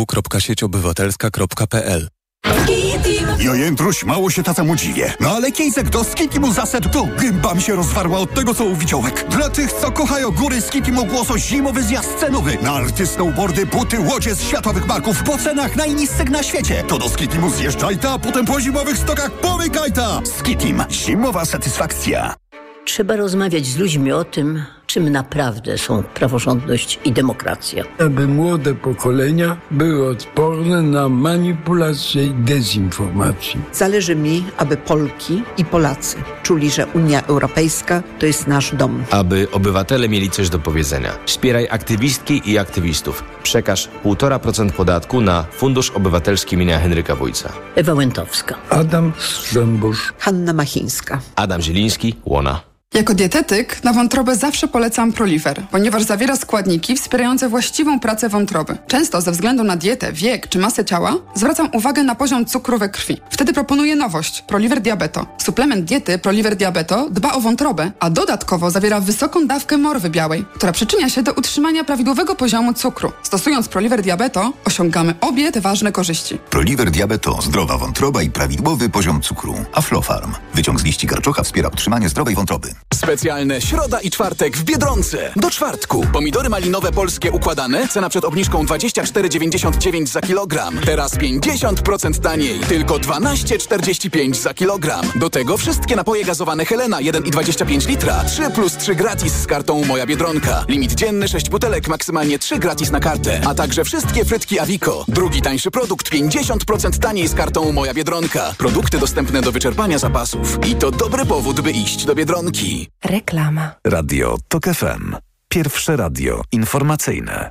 www.sieciobywatelska.pl. Jojętruś, mało się tacemu dziwię. No ale Kiejsek do Skitimu zasedł, to gęba mi się rozwarła od tego, co uwidziałek. Dla tych, co kochają góry, Skitimu głoso zimowy zjazd cenowy. Narty, snowboardy, buty, łodzie z światowych marków po cenach najniższych na świecie. To do Skitimu zjeżdżajta, a potem po zimowych stokach pomykajta. Skitim. Zimowa satysfakcja. Trzeba rozmawiać z ludźmi o tym, czym naprawdę są praworządność i demokracja. Aby młode pokolenia były odporne na manipulację i dezinformację. Zależy mi, aby Polki i Polacy czuli, że Unia Europejska to jest nasz dom. Aby obywatele mieli coś do powiedzenia. Wspieraj aktywistki i aktywistów. Przekaż 1,5% podatku na Fundusz Obywatelski imienia Henryka Wójca. Ewa Łętowska. Adam Strzembusz. Hanna Machińska. Adam Zieliński, Łona. Jako dietetyk na wątrobę zawsze polecam Proliver, ponieważ zawiera składniki wspierające właściwą pracę wątroby. Często ze względu na dietę, wiek czy masę ciała zwracam uwagę na poziom cukru we krwi. Wtedy proponuję nowość – Proliver Diabeto. Suplement diety Proliver Diabeto dba o wątrobę, a dodatkowo zawiera wysoką dawkę morwy białej, która przyczynia się do utrzymania prawidłowego poziomu cukru. Stosując Proliver Diabeto osiągamy obie te ważne korzyści. Proliver Diabeto, zdrowa wątroba i prawidłowy poziom cukru. Aflofarm. Wyciąg z liści garczocha wspiera utrzymanie zdrowej wątroby. Specjalne środa i czwartek w Biedronce. Do czwartku. Pomidory malinowe polskie układane. Cena przed obniżką 24,99 za kilogram. Teraz 50% taniej. Tylko 12,45 za kilogram. Do tego wszystkie napoje gazowane Helena 1,25 litra. 3+3 gratis z kartą Moja Biedronka. Limit dzienny 6 butelek, maksymalnie 3 gratis na kartę. A także wszystkie frytki Avico. Drugi tańszy produkt 50% taniej z kartą Moja Biedronka. Produkty dostępne do wyczerpania zapasów. I to dobry powód, by iść do Biedronki. Reklama. Radio TOK FM. Pierwsze radio informacyjne.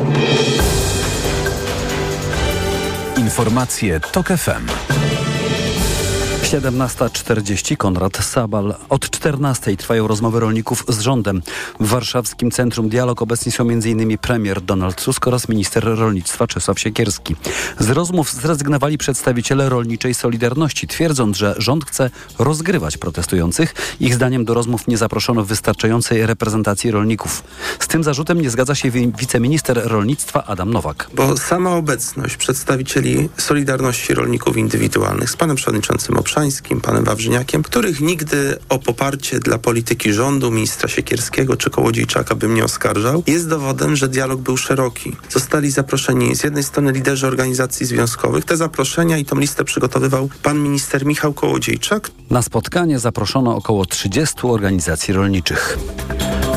Informacje TOK FM. 17:40, Konrad Sabal. Od 14:00 trwają rozmowy rolników z rządem. W warszawskim Centrum Dialog obecni są m.in. premier Donald Tusk oraz minister rolnictwa Czesław Siekierski. Z rozmów zrezygnowali przedstawiciele rolniczej Solidarności, twierdząc, że rząd chce rozgrywać protestujących. Ich zdaniem do rozmów nie zaproszono wystarczającej reprezentacji rolników. Z tym zarzutem nie zgadza się wiceminister rolnictwa Adam Nowak. Bo sama obecność przedstawicieli Solidarności Rolników Indywidualnych z panem przewodniczącym Obszańskim, panem Wawrzyniakiem, których nigdy o poparcie dla polityki rządu, ministra Siekierskiego czy Kołodziejczaka bym nie oskarżał, jest dowodem, że dialog był szeroki. Zostali zaproszeni z jednej strony liderzy organizacji związkowych. Te zaproszenia i tą listę przygotowywał pan minister Michał Kołodziejczak. Na spotkanie zaproszono około 30 organizacji rolniczych.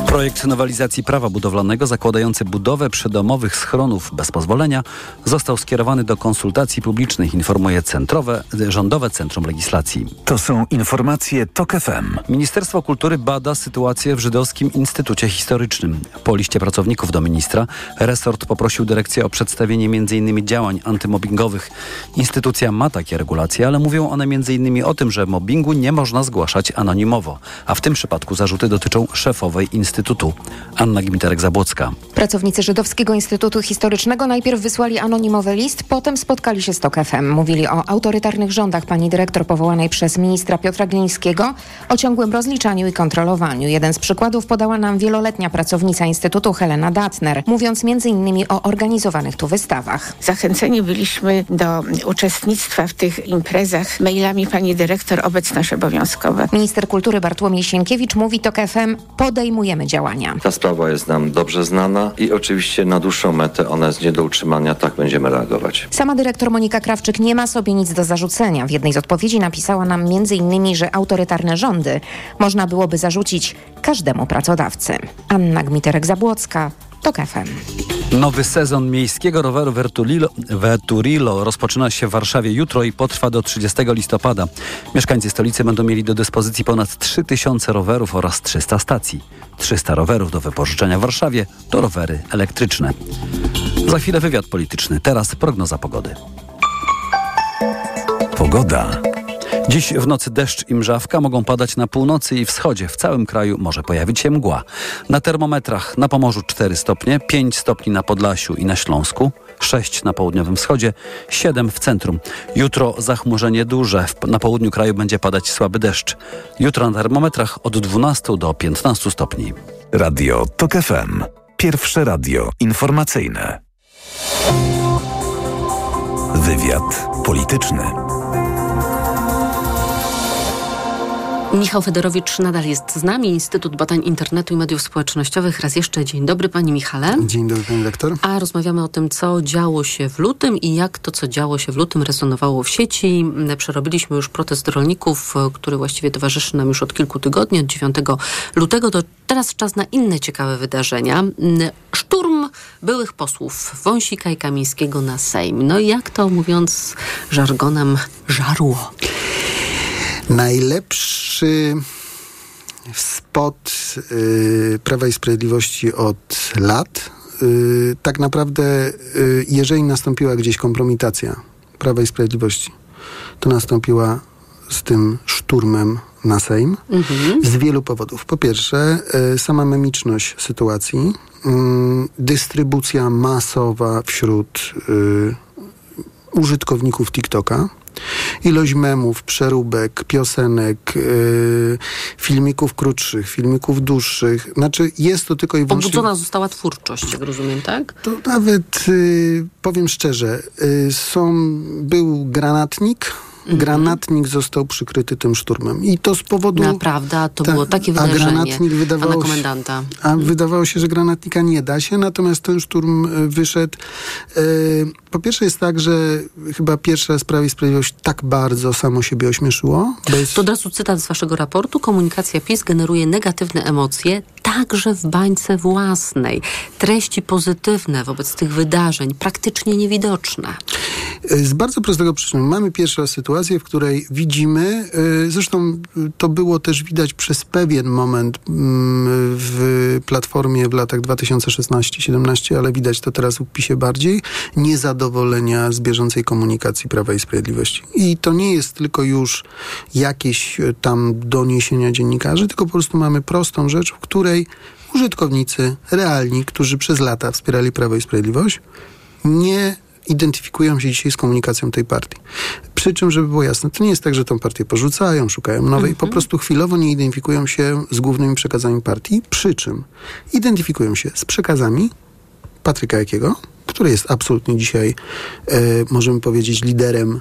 Projekt nowelizacji prawa budowlanego zakładający budowę przydomowych schronów bez pozwolenia został skierowany do konsultacji publicznych, informuje Rządowe Centrum Legislacji. To są informacje TOK FM. Ministerstwo Kultury bada sytuację w Żydowskim Instytucie Historycznym. Po liście pracowników do ministra resort poprosił dyrekcję o przedstawienie m.in. działań antymobbingowych. Instytucja ma takie regulacje, ale mówią one m.in. o tym, że mobbingu nie można zgłaszać anonimowo, a w tym przypadku zarzuty dotyczą szefowej Instytutu. Anna Gmiterek-Zabłocka. Pracownicy Żydowskiego Instytutu Historycznego najpierw wysłali anonimowy list, potem spotkali się z TOK FM. Mówili o autorytarnych rządach pani dyrektor powołanej przez ministra Piotra Glińskiego, o ciągłym rozliczaniu i kontrolowaniu. Jeden z przykładów podała nam wieloletnia pracownica Instytutu Helena Datner, mówiąc m.in. o organizowanych tu wystawach. Zachęceni byliśmy do uczestnictwa w tych imprezach mailami pani dyrektor, obecność obowiązkowa. Minister kultury Bartłomiej Sienkiewicz mówi TOK FM: podejmujemy działania. Ta sprawa jest nam dobrze znana i oczywiście na dłuższą metę ona jest nie do utrzymania, tak będziemy reagować. Sama dyrektor Monika Krawczyk nie ma sobie nic do zarzucenia. W jednej z odpowiedzi napisała nam m.in., że autorytarne rządy można byłoby zarzucić każdemu pracodawcy. Anna Gmiterek-Zabłocka, TOK FM. Nowy sezon miejskiego roweru Verturillo rozpoczyna się w Warszawie jutro i potrwa do 30 listopada. Mieszkańcy stolicy będą mieli do dyspozycji ponad 3000 rowerów oraz 300 stacji. 300 rowerów do wypożyczenia w Warszawie to rowery elektryczne. Za chwilę wywiad polityczny. Teraz prognoza pogody. Pogoda. Dziś w nocy deszcz i mrzawka mogą padać na północy i wschodzie. W całym kraju może pojawić się mgła. Na termometrach na Pomorzu 4 stopnie, 5 stopni na Podlasiu i na Śląsku, 6 na południowym wschodzie, 7 w centrum. Jutro zachmurzenie duże. Na południu kraju będzie padać słaby deszcz. Jutro na termometrach od 12 do 15 stopni. Radio TOK FM. Pierwsze radio informacyjne. Wywiad polityczny. Michał Federowicz nadal jest z nami, Instytut Badań Internetu i Mediów Społecznościowych. Raz jeszcze dzień dobry, panie Michale. Dzień dobry, pani lektor. A rozmawiamy o tym, co działo się w lutym i jak to, co działo się w lutym, rezonowało w sieci. Przerobiliśmy już protest rolników, który właściwie towarzyszy nam już od kilku tygodni, od 9 lutego. To teraz czas na inne ciekawe wydarzenia. Szturm byłych posłów Wąsika i Kamińskiego na Sejm. No i jak to, mówiąc żargonem, żarło? Najlepszy spot Prawa i Sprawiedliwości od lat. Tak naprawdę, jeżeli nastąpiła gdzieś kompromitacja Prawa i Sprawiedliwości, to nastąpiła z tym szturmem na Sejm z wielu powodów. Po pierwsze, sama memiczność sytuacji, dystrybucja masowa wśród użytkowników TikToka, ilość memów, przeróbek, piosenek, filmików krótszych, filmików dłuższych. Znaczy jest to tylko i wyłącznie... Pobudzona została twórczość, jak rozumiem, tak? To nawet, powiem szczerze, był granatnik. Granatnik został przykryty tym szturmem. I to z powodu... Naprawdę, to było takie wydarzenie pana komendanta. Wydawało się, że granatnika nie da się, natomiast ten szturm wyszedł. Po pierwsze jest tak, że chyba pierwszy raz Prawo i Sprawiedliwość tak bardzo samo siebie ośmieszyło. To od razu cytat z waszego raportu. Komunikacja PiS generuje negatywne emocje, także w bańce własnej. Treści pozytywne wobec tych wydarzeń praktycznie niewidoczne. Z bardzo prostego przyczyny. Mamy pierwszy raz sytuację, w której widzimy, zresztą to było też widać przez pewien moment w Platformie w latach 2016-17, ale widać to teraz w PiS-ie bardziej, niezadowolenia z bieżącej komunikacji Prawa i Sprawiedliwości. I to nie jest tylko już jakieś tam doniesienia dziennikarzy, tylko po prostu mamy prostą rzecz, w której użytkownicy realni, którzy przez lata wspierali Prawo i Sprawiedliwość, nie identyfikują się dzisiaj z komunikacją tej partii. Przy czym, żeby było jasne, to nie jest tak, że tą partię porzucają, szukają nowej, po prostu chwilowo nie identyfikują się z głównymi przekazami partii, przy czym identyfikują się z przekazami Patryka Jakiego, który jest absolutnie dzisiaj, możemy powiedzieć, liderem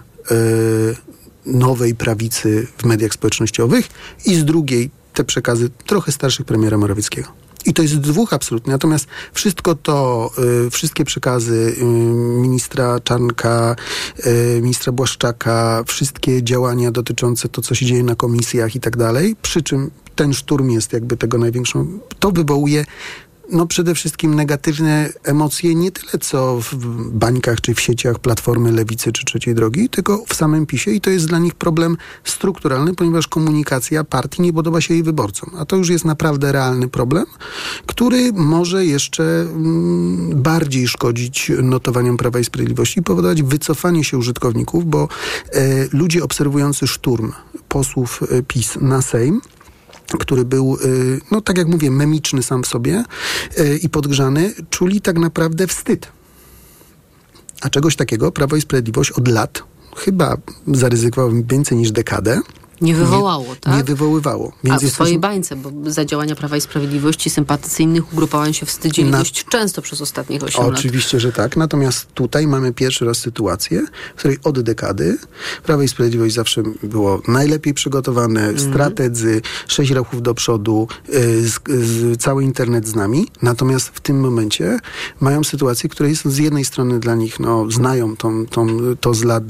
nowej prawicy w mediach społecznościowych, i z drugiej te przekazy trochę starszych premiera Morawieckiego. I to jest dwóch absolutnie. Natomiast wszystko to, wszystkie przekazy ministra Czarnka, ministra Błaszczaka, wszystkie działania dotyczące to, co się dzieje na komisjach i tak dalej, przy czym ten szturm jest jakby tego największą, to wywołuje przede wszystkim negatywne emocje, nie tyle co w bańkach, czy w sieciach Platformy, Lewicy, czy Trzeciej Drogi, tylko w samym PiS-ie i to jest dla nich problem strukturalny, ponieważ komunikacja partii nie podoba się jej wyborcom. A to już jest naprawdę realny problem, który może jeszcze bardziej szkodzić notowaniom Prawa i Sprawiedliwości i powodować wycofanie się użytkowników, bo ludzie obserwujący szturm posłów PiS na Sejm, który był, tak jak mówię, memiczny sam w sobie i podgrzany, czuli tak naprawdę wstyd. A czegoś takiego Prawo i Sprawiedliwość od lat, chyba zaryzykowałbym więcej niż dekadę, nie wywołało, tak? Nie wywoływało. Więc w swojej bańce, bo za działania Prawa i Sprawiedliwości sympatycy innych ugrupowań się wstydzili dość często przez ostatnich 8 lat. Oczywiście, że tak. Natomiast tutaj mamy pierwszy raz sytuację, w której od dekady Prawo i Sprawiedliwość zawsze było najlepiej przygotowane, strategzy, 6 ruchów do przodu, cały internet z nami. Natomiast w tym momencie mają sytuację, która jest z jednej strony dla nich, znają to z lat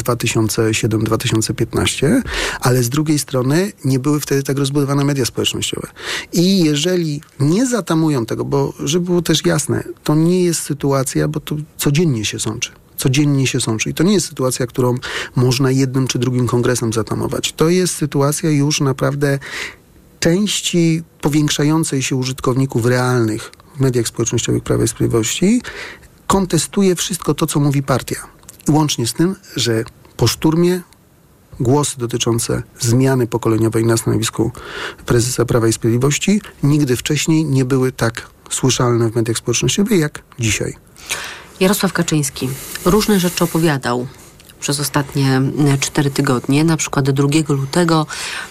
2007-2015, ale z drugiej strony nie były wtedy tak rozbudowane media społecznościowe. I jeżeli nie zatamują tego, bo żeby było też jasne, to nie jest sytuacja, bo to codziennie się sączy. I to nie jest sytuacja, którą można jednym czy drugim kongresem zatamować. To jest sytuacja już naprawdę części powiększającej się użytkowników realnych w mediach społecznościowych Prawa i Sprawiedliwości kontestuje wszystko to, co mówi partia. I łącznie z tym, że po szturmie głosy dotyczące zmiany pokoleniowej na stanowisku prezesa Prawa i Sprawiedliwości nigdy wcześniej nie były tak słyszalne w mediach społecznościowych jak dzisiaj. Jarosław Kaczyński różne rzeczy opowiadał przez ostatnie 4 tygodnie. Na przykład 2 lutego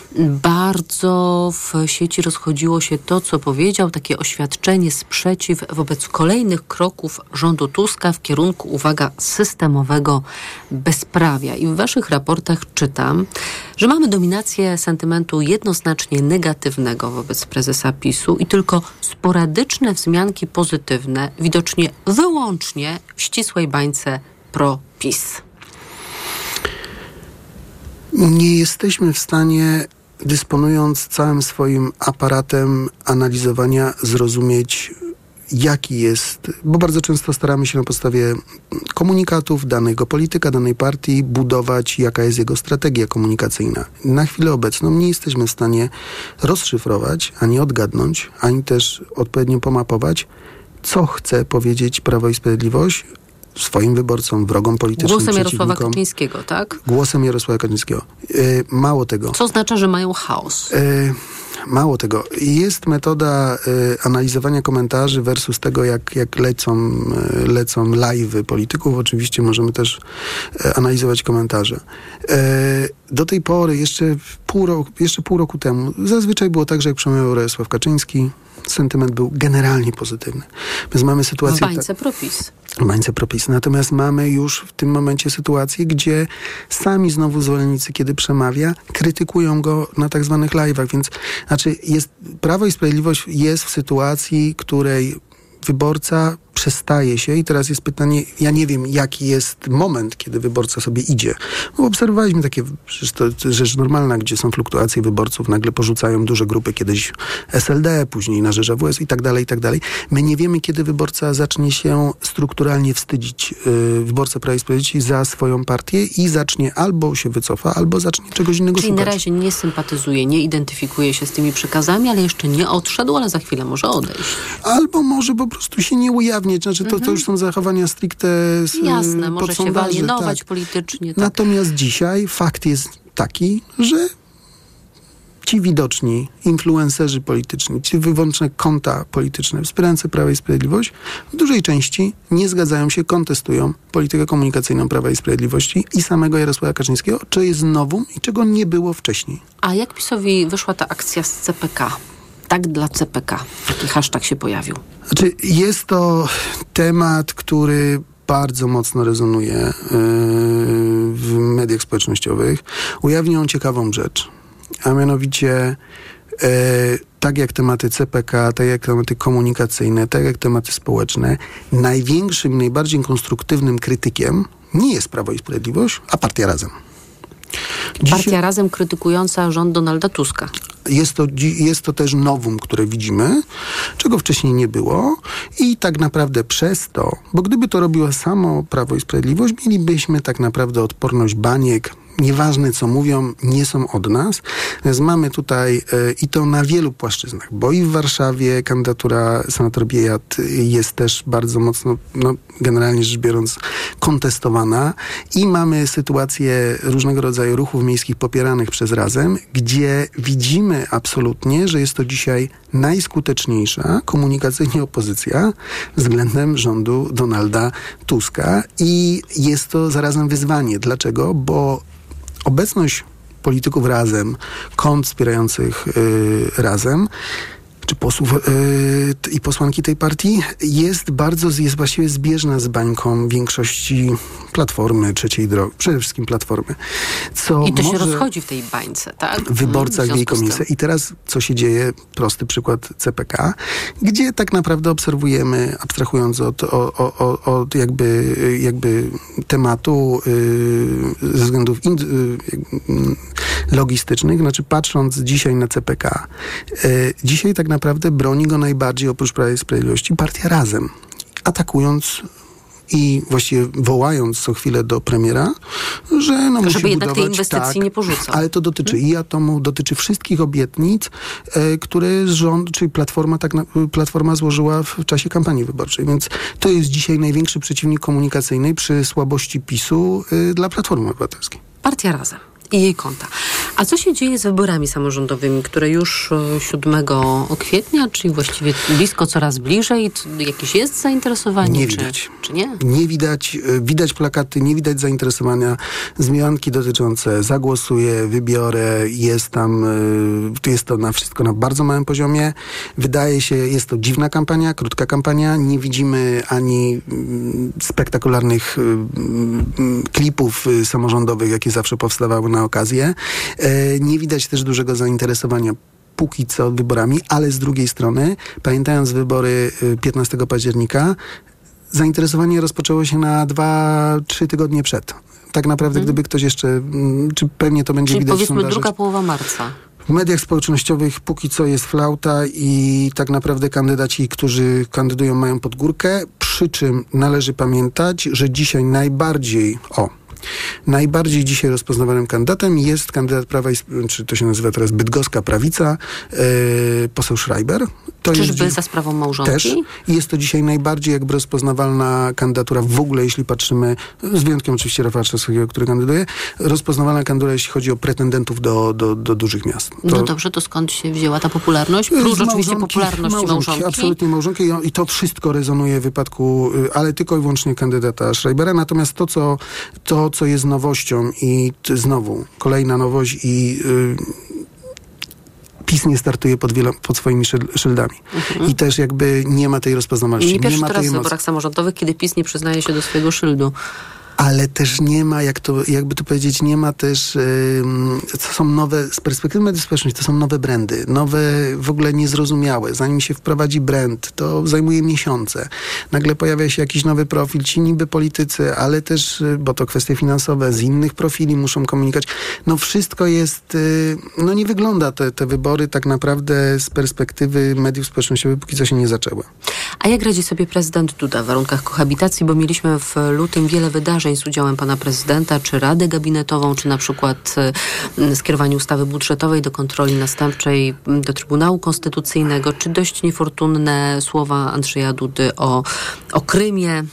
bardzo w sieci rozchodziło się to, co powiedział, takie oświadczenie, sprzeciw wobec kolejnych kroków rządu Tuska w kierunku, uwaga, systemowego bezprawia. I w waszych raportach czytam, że mamy dominację sentymentu jednoznacznie negatywnego wobec prezesa PiS-u i tylko sporadyczne wzmianki pozytywne, widocznie wyłącznie w ścisłej bańce pro-PiS. Nie jesteśmy w stanie, dysponując całym swoim aparatem analizowania, zrozumieć, jaki jest, bo bardzo często staramy się na podstawie komunikatów danego polityka, danej partii budować, jaka jest jego strategia komunikacyjna. Na chwilę obecną nie jesteśmy w stanie rozszyfrować, ani odgadnąć, ani też odpowiednio pomapować, co chce powiedzieć Prawo i Sprawiedliwość swoim wyborcom, wrogom politycznym, głosem Jarosława Kaczyńskiego, tak? Głosem Jarosława Kaczyńskiego. Mało tego. Co oznacza, że mają chaos? Mało tego. Jest metoda analizowania komentarzy versus tego, jak lecą live'y polityków. Oczywiście możemy też analizować komentarze. Do tej pory, jeszcze pół roku temu, zazwyczaj było tak, że jak przemawiał Jarosław Kaczyński, sentyment był generalnie pozytywny. Więc mamy sytuację... W bańce pro-PiS. W bańce pro-PiS. Natomiast mamy już w tym momencie sytuację, gdzie sami znowu zwolennicy, kiedy przemawia, krytykują go na tak zwanych live'ach. Więc Prawo i Sprawiedliwość jest w sytuacji, której wyborca przestaje się i teraz jest pytanie, ja nie wiem, jaki jest moment, kiedy wyborca sobie idzie. Bo obserwowaliśmy takie, przecież to rzecz normalna, gdzie są fluktuacje wyborców, nagle porzucają duże grupy, kiedyś SLD, później na rzecz AWS i tak dalej, i tak dalej. My nie wiemy, kiedy wyborca zacznie się strukturalnie wstydzić, wyborca Prawa i Sprawiedliwości za swoją partię i zacznie albo się wycofa, albo zacznie czegoś innego szukać. Czyli na razie nie sympatyzuje, nie identyfikuje się z tymi przekazami, ale jeszcze nie odszedł, ale za chwilę może odejść. Albo może po prostu się nie ujawnić. Znaczy to już są zachowania stricte jasne, może się walienować politycznie. Tak. Natomiast dzisiaj fakt jest taki, że ci widoczni influencerzy polityczni, ci wyłączne konta polityczne wspierające Prawo i Sprawiedliwość w dużej części nie zgadzają się, kontestują politykę komunikacyjną Prawa i Sprawiedliwości i samego Jarosława Kaczyńskiego, co jest nowum i czego nie było wcześniej. A jak PiS-owi wyszła ta akcja z CPK? Tak dla CPK. Taki hashtag się pojawił. Jest to temat, który bardzo mocno rezonuje w mediach społecznościowych. Ujawnił on ciekawą rzecz, a mianowicie tak jak tematy CPK, tak jak tematy komunikacyjne, tak jak tematy społeczne, największym, najbardziej konstruktywnym krytykiem nie jest Prawo i Sprawiedliwość, a Partia Razem. Partia Razem krytykująca rząd Donalda Tuska. Jest to też novum, które widzimy, czego wcześniej nie było i tak naprawdę przez to, bo gdyby to robiło samo Prawo i Sprawiedliwość, mielibyśmy tak naprawdę odporność baniek, nieważne co mówią, nie są od nas. Więc mamy tutaj i to na wielu płaszczyznach, bo i w Warszawie kandydatura senator Biejat jest też bardzo mocno, generalnie rzecz biorąc, kontestowana i mamy sytuację różnego rodzaju ruchów miejskich popieranych przez Razem, gdzie widzimy absolutnie, że jest to dzisiaj najskuteczniejsza komunikacyjnie opozycja względem rządu Donalda Tuska i jest to zarazem wyzwanie. Dlaczego? Bo obecność polityków Razem, kont wspierających Razem, czy posłów i posłanki tej partii jest właściwie zbieżna z bańką większości Platformy, Trzeciej Drogi, przede wszystkim Platformy. I to się rozchodzi w tej bańce, tak? W wyborcach w jej komisji. I teraz co się dzieje? Prosty przykład CPK, gdzie tak naprawdę obserwujemy, abstrahując od jakby tematu ze względów logistycznych, znaczy patrząc dzisiaj na CPK, dzisiaj tak naprawdę broni go najbardziej oprócz Prawa i Sprawiedliwości Partia Razem, atakując i właściwie wołając co chwilę do premiera, że musi żeby jednak budować, tej inwestycji nie porzucał. Ale to dotyczy i atomu, dotyczy wszystkich obietnic, które rząd, czyli Platforma złożyła w czasie kampanii wyborczej. Więc to jest dzisiaj największy przeciwnik komunikacyjny przy słabości PiS-u dla Platformy Obywatelskiej. Partia Razem i jej konta. A co się dzieje z wyborami samorządowymi, które już 7 kwietnia, czyli właściwie blisko, coraz bliżej? Jakieś jest zainteresowanie? Nie widać. Czy nie? Nie widać. Widać plakaty, nie widać zainteresowania. Zmianki dotyczące zagłosuję, wybiorę, jest to na wszystko na bardzo małym poziomie. Wydaje się, jest to dziwna kampania, krótka kampania. Nie widzimy ani spektakularnych klipów samorządowych, jakie zawsze powstawały na okazję. Nie widać też dużego zainteresowania póki co wyborami, ale z drugiej strony, pamiętając wybory 15 października, zainteresowanie rozpoczęło się na 2-3 tygodnie przed. Tak naprawdę, gdyby ktoś jeszcze, czy pewnie to będzie czyli widać w powiedzmy sondażach. druga połowa marca. W mediach społecznościowych póki co jest flauta i tak naprawdę kandydaci, którzy kandydują, mają pod górkę, przy czym należy pamiętać, że dzisiaj najbardziej dzisiaj rozpoznawanym kandydatem jest kandydat Prawa i czy to się nazywa teraz Bydgoska Prawica, poseł Schreiber. Czyżby za sprawą małżonki? Też. I jest to dzisiaj najbardziej jakby rozpoznawalna kandydatura w ogóle, jeśli patrzymy, z wyjątkiem oczywiście Rafała Trzaskowskiego, który kandyduje, rozpoznawalna kandydatura, jeśli chodzi o pretendentów do dużych miast. No dobrze, to skąd się wzięła ta popularność? Prócz oczywiście popularności małżonki. Absolutnie małżonki i to wszystko rezonuje w wypadku, ale tylko i wyłącznie kandydata Schreibera. Natomiast to, co jest nowością i znowu kolejna nowość i PiS nie startuje pod swoimi szyldami. I też jakby nie ma tej rozpoznawalności. Nie pierwszy raz w wyborach samorządowych, kiedy PiS nie przyznaje się do swojego szyldu. Ale też nie ma, jakby to powiedzieć, nie ma też, co są nowe, z perspektywy mediów społecznych, to są nowe brandy, nowe, w ogóle niezrozumiałe. Zanim się wprowadzi brand, to zajmuje miesiące. Nagle pojawia się jakiś nowy profil, ci niby politycy, ale też, bo to kwestie finansowe, z innych profili muszą komunikować. No wszystko jest, nie wygląda te wybory tak naprawdę z perspektywy mediów społecznościowych, póki co się nie zaczęły. A jak radzi sobie prezydent Duda w warunkach kohabitacji? Bo mieliśmy w lutym wiele wydarzeń z udziałem pana prezydenta, czy Radę Gabinetową, czy na przykład skierowanie ustawy budżetowej do kontroli następczej do Trybunału Konstytucyjnego, czy dość niefortunne słowa Andrzeja Dudy o Krymie.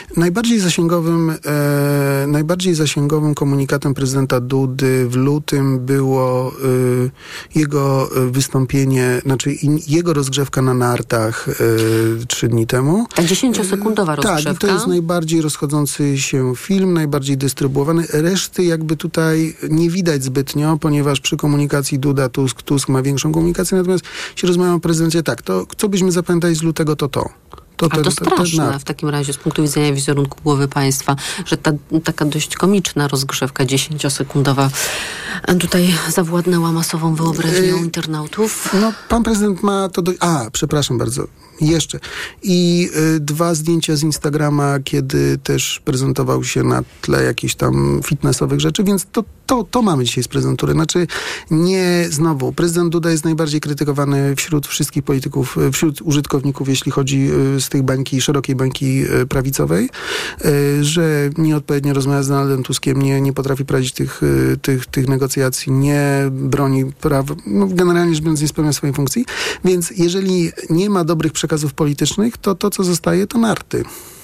Najbardziej zasięgowym komunikatem prezydenta Dudy w lutym było jego wystąpienie, znaczy jego rozgrzewka na nartach 3 dni temu. Ta 10-sekundowa rozgrzewka. Tak, i to jest najbardziej rozchodzący się film, najbardziej dystrybuowany. Reszty jakby tutaj nie widać zbytnio, ponieważ przy komunikacji Duda-Tusk ma większą komunikację, natomiast się rozmawia o prezydencie tak, to co byśmy zapamiętali z lutego, to. To straszne w takim razie z punktu widzenia wizerunku głowy państwa, że ta taka dość komiczna rozgrzewka 10-sekundowa tutaj zawładnęła masową wyobraźnią internautów. No, pan prezydent ma to przepraszam bardzo. Jeszcze. I 2 zdjęcia z Instagrama, kiedy też prezentował się na tle jakichś tam fitnessowych rzeczy, więc to mamy dzisiaj z prezydentury. Znaczy znowu, prezydent Duda jest najbardziej krytykowany wśród wszystkich polityków, wśród użytkowników, jeśli chodzi z tej bańki, szerokiej bańki prawicowej, że nieodpowiednio rozmawia z Donaldem Tuskiem, nie potrafi prowadzić tych negocjacji, nie broni praw, generalnie rzecz biorąc nie spełnia swojej funkcji. Więc jeżeli nie ma dobrych przekazów politycznych, to co zostaje, to narty.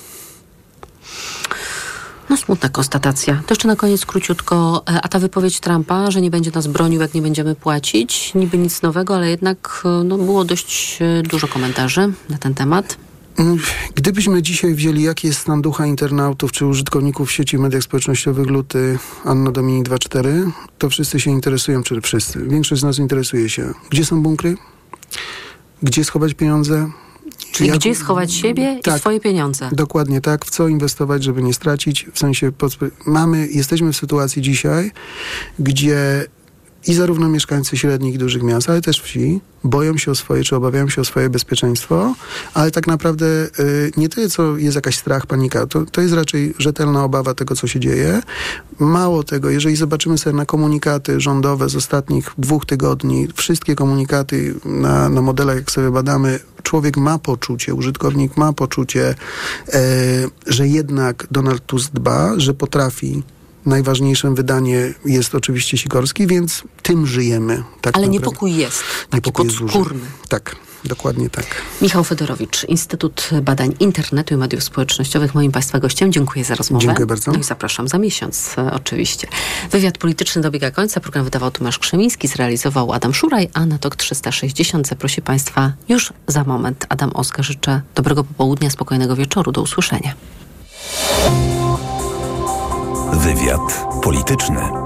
No smutna konstatacja. To jeszcze na koniec króciutko. A ta wypowiedź Trumpa, że nie będzie nas bronił, jak nie będziemy płacić, niby nic nowego, ale jednak było dość dużo komentarzy na ten temat. Gdybyśmy dzisiaj wzięli, jaki jest stan ducha internautów czy użytkowników sieci mediach społecznościowych luty Anno Domini 2.4, to wszyscy się interesują, czy wszyscy. Większość z nas interesuje się, gdzie są bunkry, gdzie schować pieniądze. Czyli gdzie schować siebie i swoje pieniądze. Dokładnie tak. W co inwestować, żeby nie stracić. W sensie jesteśmy w sytuacji dzisiaj, gdzie i zarówno mieszkańcy średnich i dużych miast, ale też wsi boją się o swoje, czy obawiają się o swoje bezpieczeństwo, ale tak naprawdę nie tyle, co jest jakaś strach, panika, to jest raczej rzetelna obawa tego, co się dzieje. Mało tego, jeżeli zobaczymy sobie na komunikaty rządowe z ostatnich 2 tygodni, wszystkie komunikaty na modelach, jak sobie badamy, człowiek ma poczucie, użytkownik ma poczucie, że jednak Donald Tusk dba, że potrafi. Najważniejszym wydanie jest oczywiście Sikorski, więc tym żyjemy. Tak ale naprawdę. Niepokój jest. Taki podskórny. Tak, dokładnie tak. Michał Fedorowicz, Instytut Badań Internetu i Mediów Społecznościowych, moim Państwa gościem. Dziękuję za rozmowę. Dziękuję bardzo. No i zapraszam za miesiąc oczywiście. Wywiad polityczny dobiega końca. Program wydawał Tomasz Krzemiński, zrealizował Adam Szuraj, a na TOK 360 zaprosi Państwa już za moment. Adam Oskar, życzę dobrego popołudnia, spokojnego wieczoru. Do usłyszenia. Wywiad polityczny.